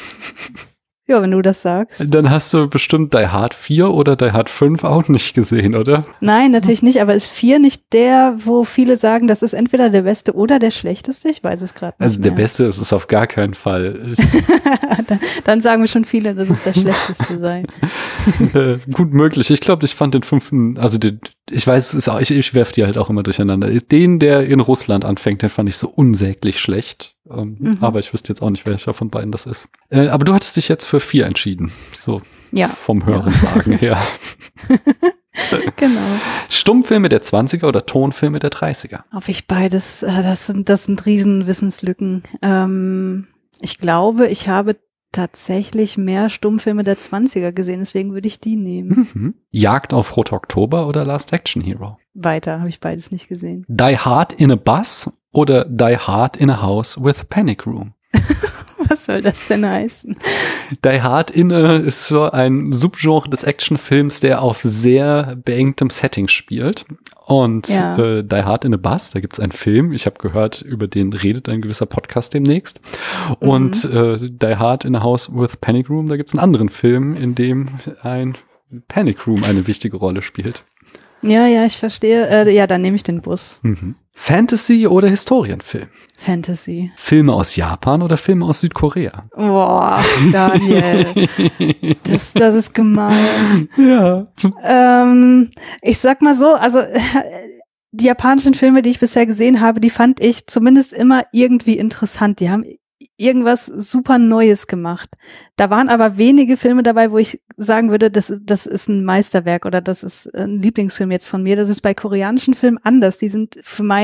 Ja, wenn du das sagst. Dann hast du bestimmt Die Hard 4 oder Die Hard 5 auch nicht gesehen, oder? Nein, natürlich nicht, aber ist 4 nicht der, wo viele sagen, das ist entweder der beste oder der schlechteste? Ich weiß es gerade nicht. Also der beste ist es auf gar keinen Fall. Dann sagen wir schon viele, dass es der schlechteste sei. Gut möglich. Ich glaube, ich fand den 5., also ich weiß, es ist auch, ich werfe die halt auch immer durcheinander. Den, der in Russland anfängt, den fand ich so unsäglich schlecht. Aber ich wüsste jetzt auch nicht, welcher von beiden das ist. Aber du hattest dich jetzt für 4 entschieden. So vom Hörensagen her. Genau. Stummfilme der 20er oder Tonfilme der 30er? Auf ich beides, das sind riesen Wissenslücken. Ich glaube, ich habe tatsächlich mehr Stummfilme der 20er gesehen, deswegen würde ich die nehmen. Jagd auf Roter Oktober oder Last Action Hero? Weiter, habe ich beides nicht gesehen. Die Hard in a Bus oder Die Hard in a House with Panic Room? Was soll das denn heißen? Die Hard Inne ist so ein Subgenre des Actionfilms, der auf sehr beengtem Setting spielt. Und Die Hard in a Bus, da gibt's einen Film, ich habe gehört, über den redet ein gewisser Podcast demnächst. Und Die Hard in a House with Panic Room, da gibt's einen anderen Film, in dem ein Panic Room eine wichtige Rolle spielt. Ja, ich verstehe. Ja, dann nehme ich den Bus. Mhm. Fantasy oder Historienfilm? Fantasy. Filme aus Japan oder Filme aus Südkorea? Boah, Daniel. Das ist gemein. Ja. Ich sag mal so, also die japanischen Filme, die ich bisher gesehen habe, die fand ich zumindest immer irgendwie interessant. Die haben irgendwas super Neues gemacht. Da waren aber wenige Filme dabei, wo ich sagen würde, das ist ein Meisterwerk oder das ist ein Lieblingsfilm jetzt von mir. Das ist bei koreanischen Filmen anders. Die sind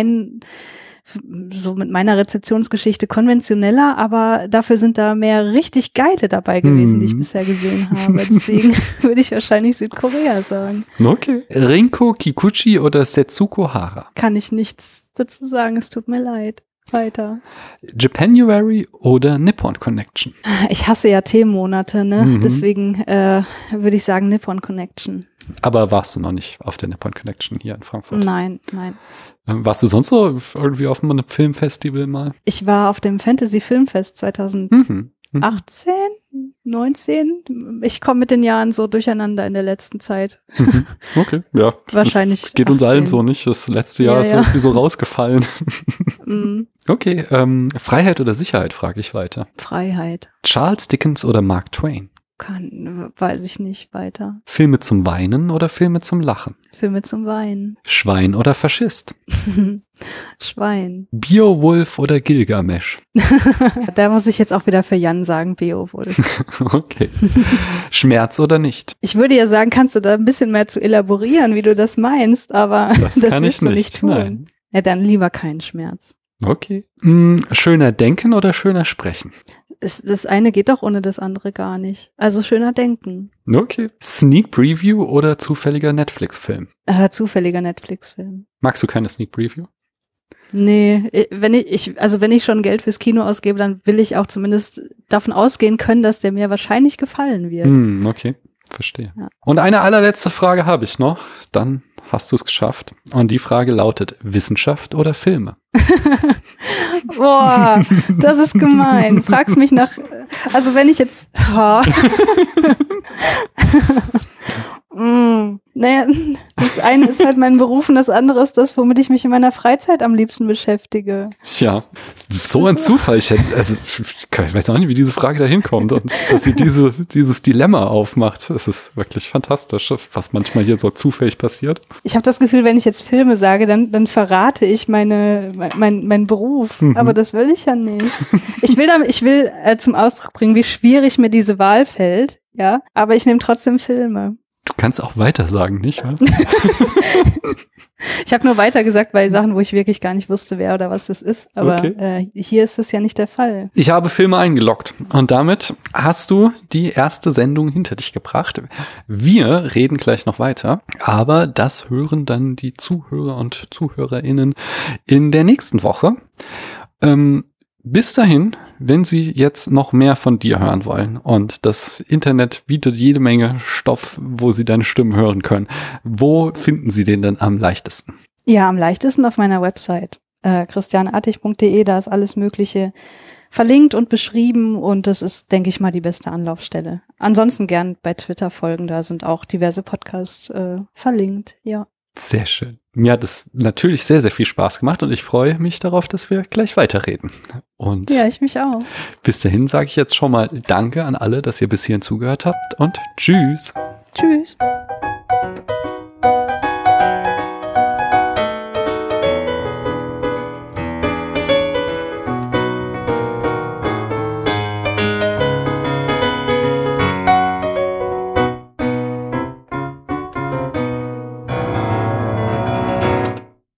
so mit meiner Rezeptionsgeschichte konventioneller, aber dafür sind da mehr richtig geile dabei gewesen, die ich bisher gesehen habe. Deswegen würde ich wahrscheinlich Südkorea sagen. Okay. Rinko Kikuchi oder Setsuko Hara? Kann ich nichts dazu sagen, es tut mir leid. Weiter. Japanuary oder Nippon Connection? Ich hasse ja Themenmonate, ne? Deswegen würde ich sagen Nippon Connection. Aber warst du noch nicht auf der Nippon Connection hier in Frankfurt? Nein. Warst du sonst so irgendwie auf einem Filmfestival mal? Ich war auf dem Fantasy Filmfest 2018, 19. Ich komme mit den Jahren so durcheinander in der letzten Zeit. Okay, ja. Wahrscheinlich. Geht uns allen so nicht. Das letzte Jahr ist irgendwie so rausgefallen. Okay, Freiheit oder Sicherheit, frage ich weiter. Freiheit. Charles Dickens oder Mark Twain? Weiß ich nicht weiter. Filme zum Weinen oder Filme zum Lachen? Filme zum Weinen. Schwein oder Faschist? Schwein. Beowulf oder Gilgamesh? Da muss ich jetzt auch wieder für Jan sagen, Beowulf. Okay. Schmerz oder nicht? Ich würde ja sagen, kannst du da ein bisschen mehr zu elaborieren, wie du das meinst, aber das willst du nicht tun. Nein. Ja, dann lieber keinen Schmerz. Okay. Schöner denken oder schöner sprechen? Das eine geht doch ohne das andere gar nicht. Also schöner denken. Okay. Sneak Preview oder zufälliger Netflix-Film? Zufälliger Netflix-Film. Magst du keine Sneak Preview? Nee, wenn ich schon Geld fürs Kino ausgebe, dann will ich auch zumindest davon ausgehen können, dass der mir wahrscheinlich gefallen wird. Okay, verstehe. Ja. Und eine allerletzte Frage habe ich noch. Dann hast du es geschafft. Und die Frage lautet: Wissenschaft oder Filme? Boah, das ist gemein. Fragst mich nach, also wenn ich jetzt, naja, das eine ist halt mein Beruf und das andere ist das, womit ich mich in meiner Freizeit am liebsten beschäftige. Ja, so ein Zufall. Ich weiß auch nicht, wie diese Frage da hinkommt und dass sie dieses Dilemma aufmacht. Es ist wirklich fantastisch, was manchmal hier so zufällig passiert. Ich habe das Gefühl, wenn ich jetzt Filme sage, dann verrate ich meinen Beruf. Aber das will ich ja nicht. Ich will zum Ausdruck bringen, wie schwierig mir diese Wahl fällt. Ja, aber ich nehme trotzdem Filme. Du kannst auch weiter sagen, nicht wahr? Ich habe nur weiter gesagt bei Sachen, wo ich wirklich gar nicht wusste, wer oder was das ist. Aber hier ist das ja nicht der Fall. Ich habe Filme eingeloggt und damit hast du die erste Sendung hinter dich gebracht. Wir reden gleich noch weiter, aber das hören dann die Zuhörer und ZuhörerInnen in der nächsten Woche. Bis dahin, wenn Sie jetzt noch mehr von dir hören wollen und das Internet bietet jede Menge Stoff, wo Sie deine Stimme hören können, wo finden Sie den denn am leichtesten? Ja, am leichtesten auf meiner Website christianeartig.de, da ist alles Mögliche verlinkt und beschrieben und das ist, denke ich mal, die beste Anlaufstelle. Ansonsten gern bei Twitter folgen, da sind auch diverse Podcasts verlinkt, ja. Sehr schön. Mir hat es natürlich sehr, sehr viel Spaß gemacht und ich freue mich darauf, dass wir gleich weiterreden. Und ja, ich mich auch. Bis dahin sage ich jetzt schon mal Danke an alle, dass ihr bis hierhin zugehört habt und tschüss. Tschüss.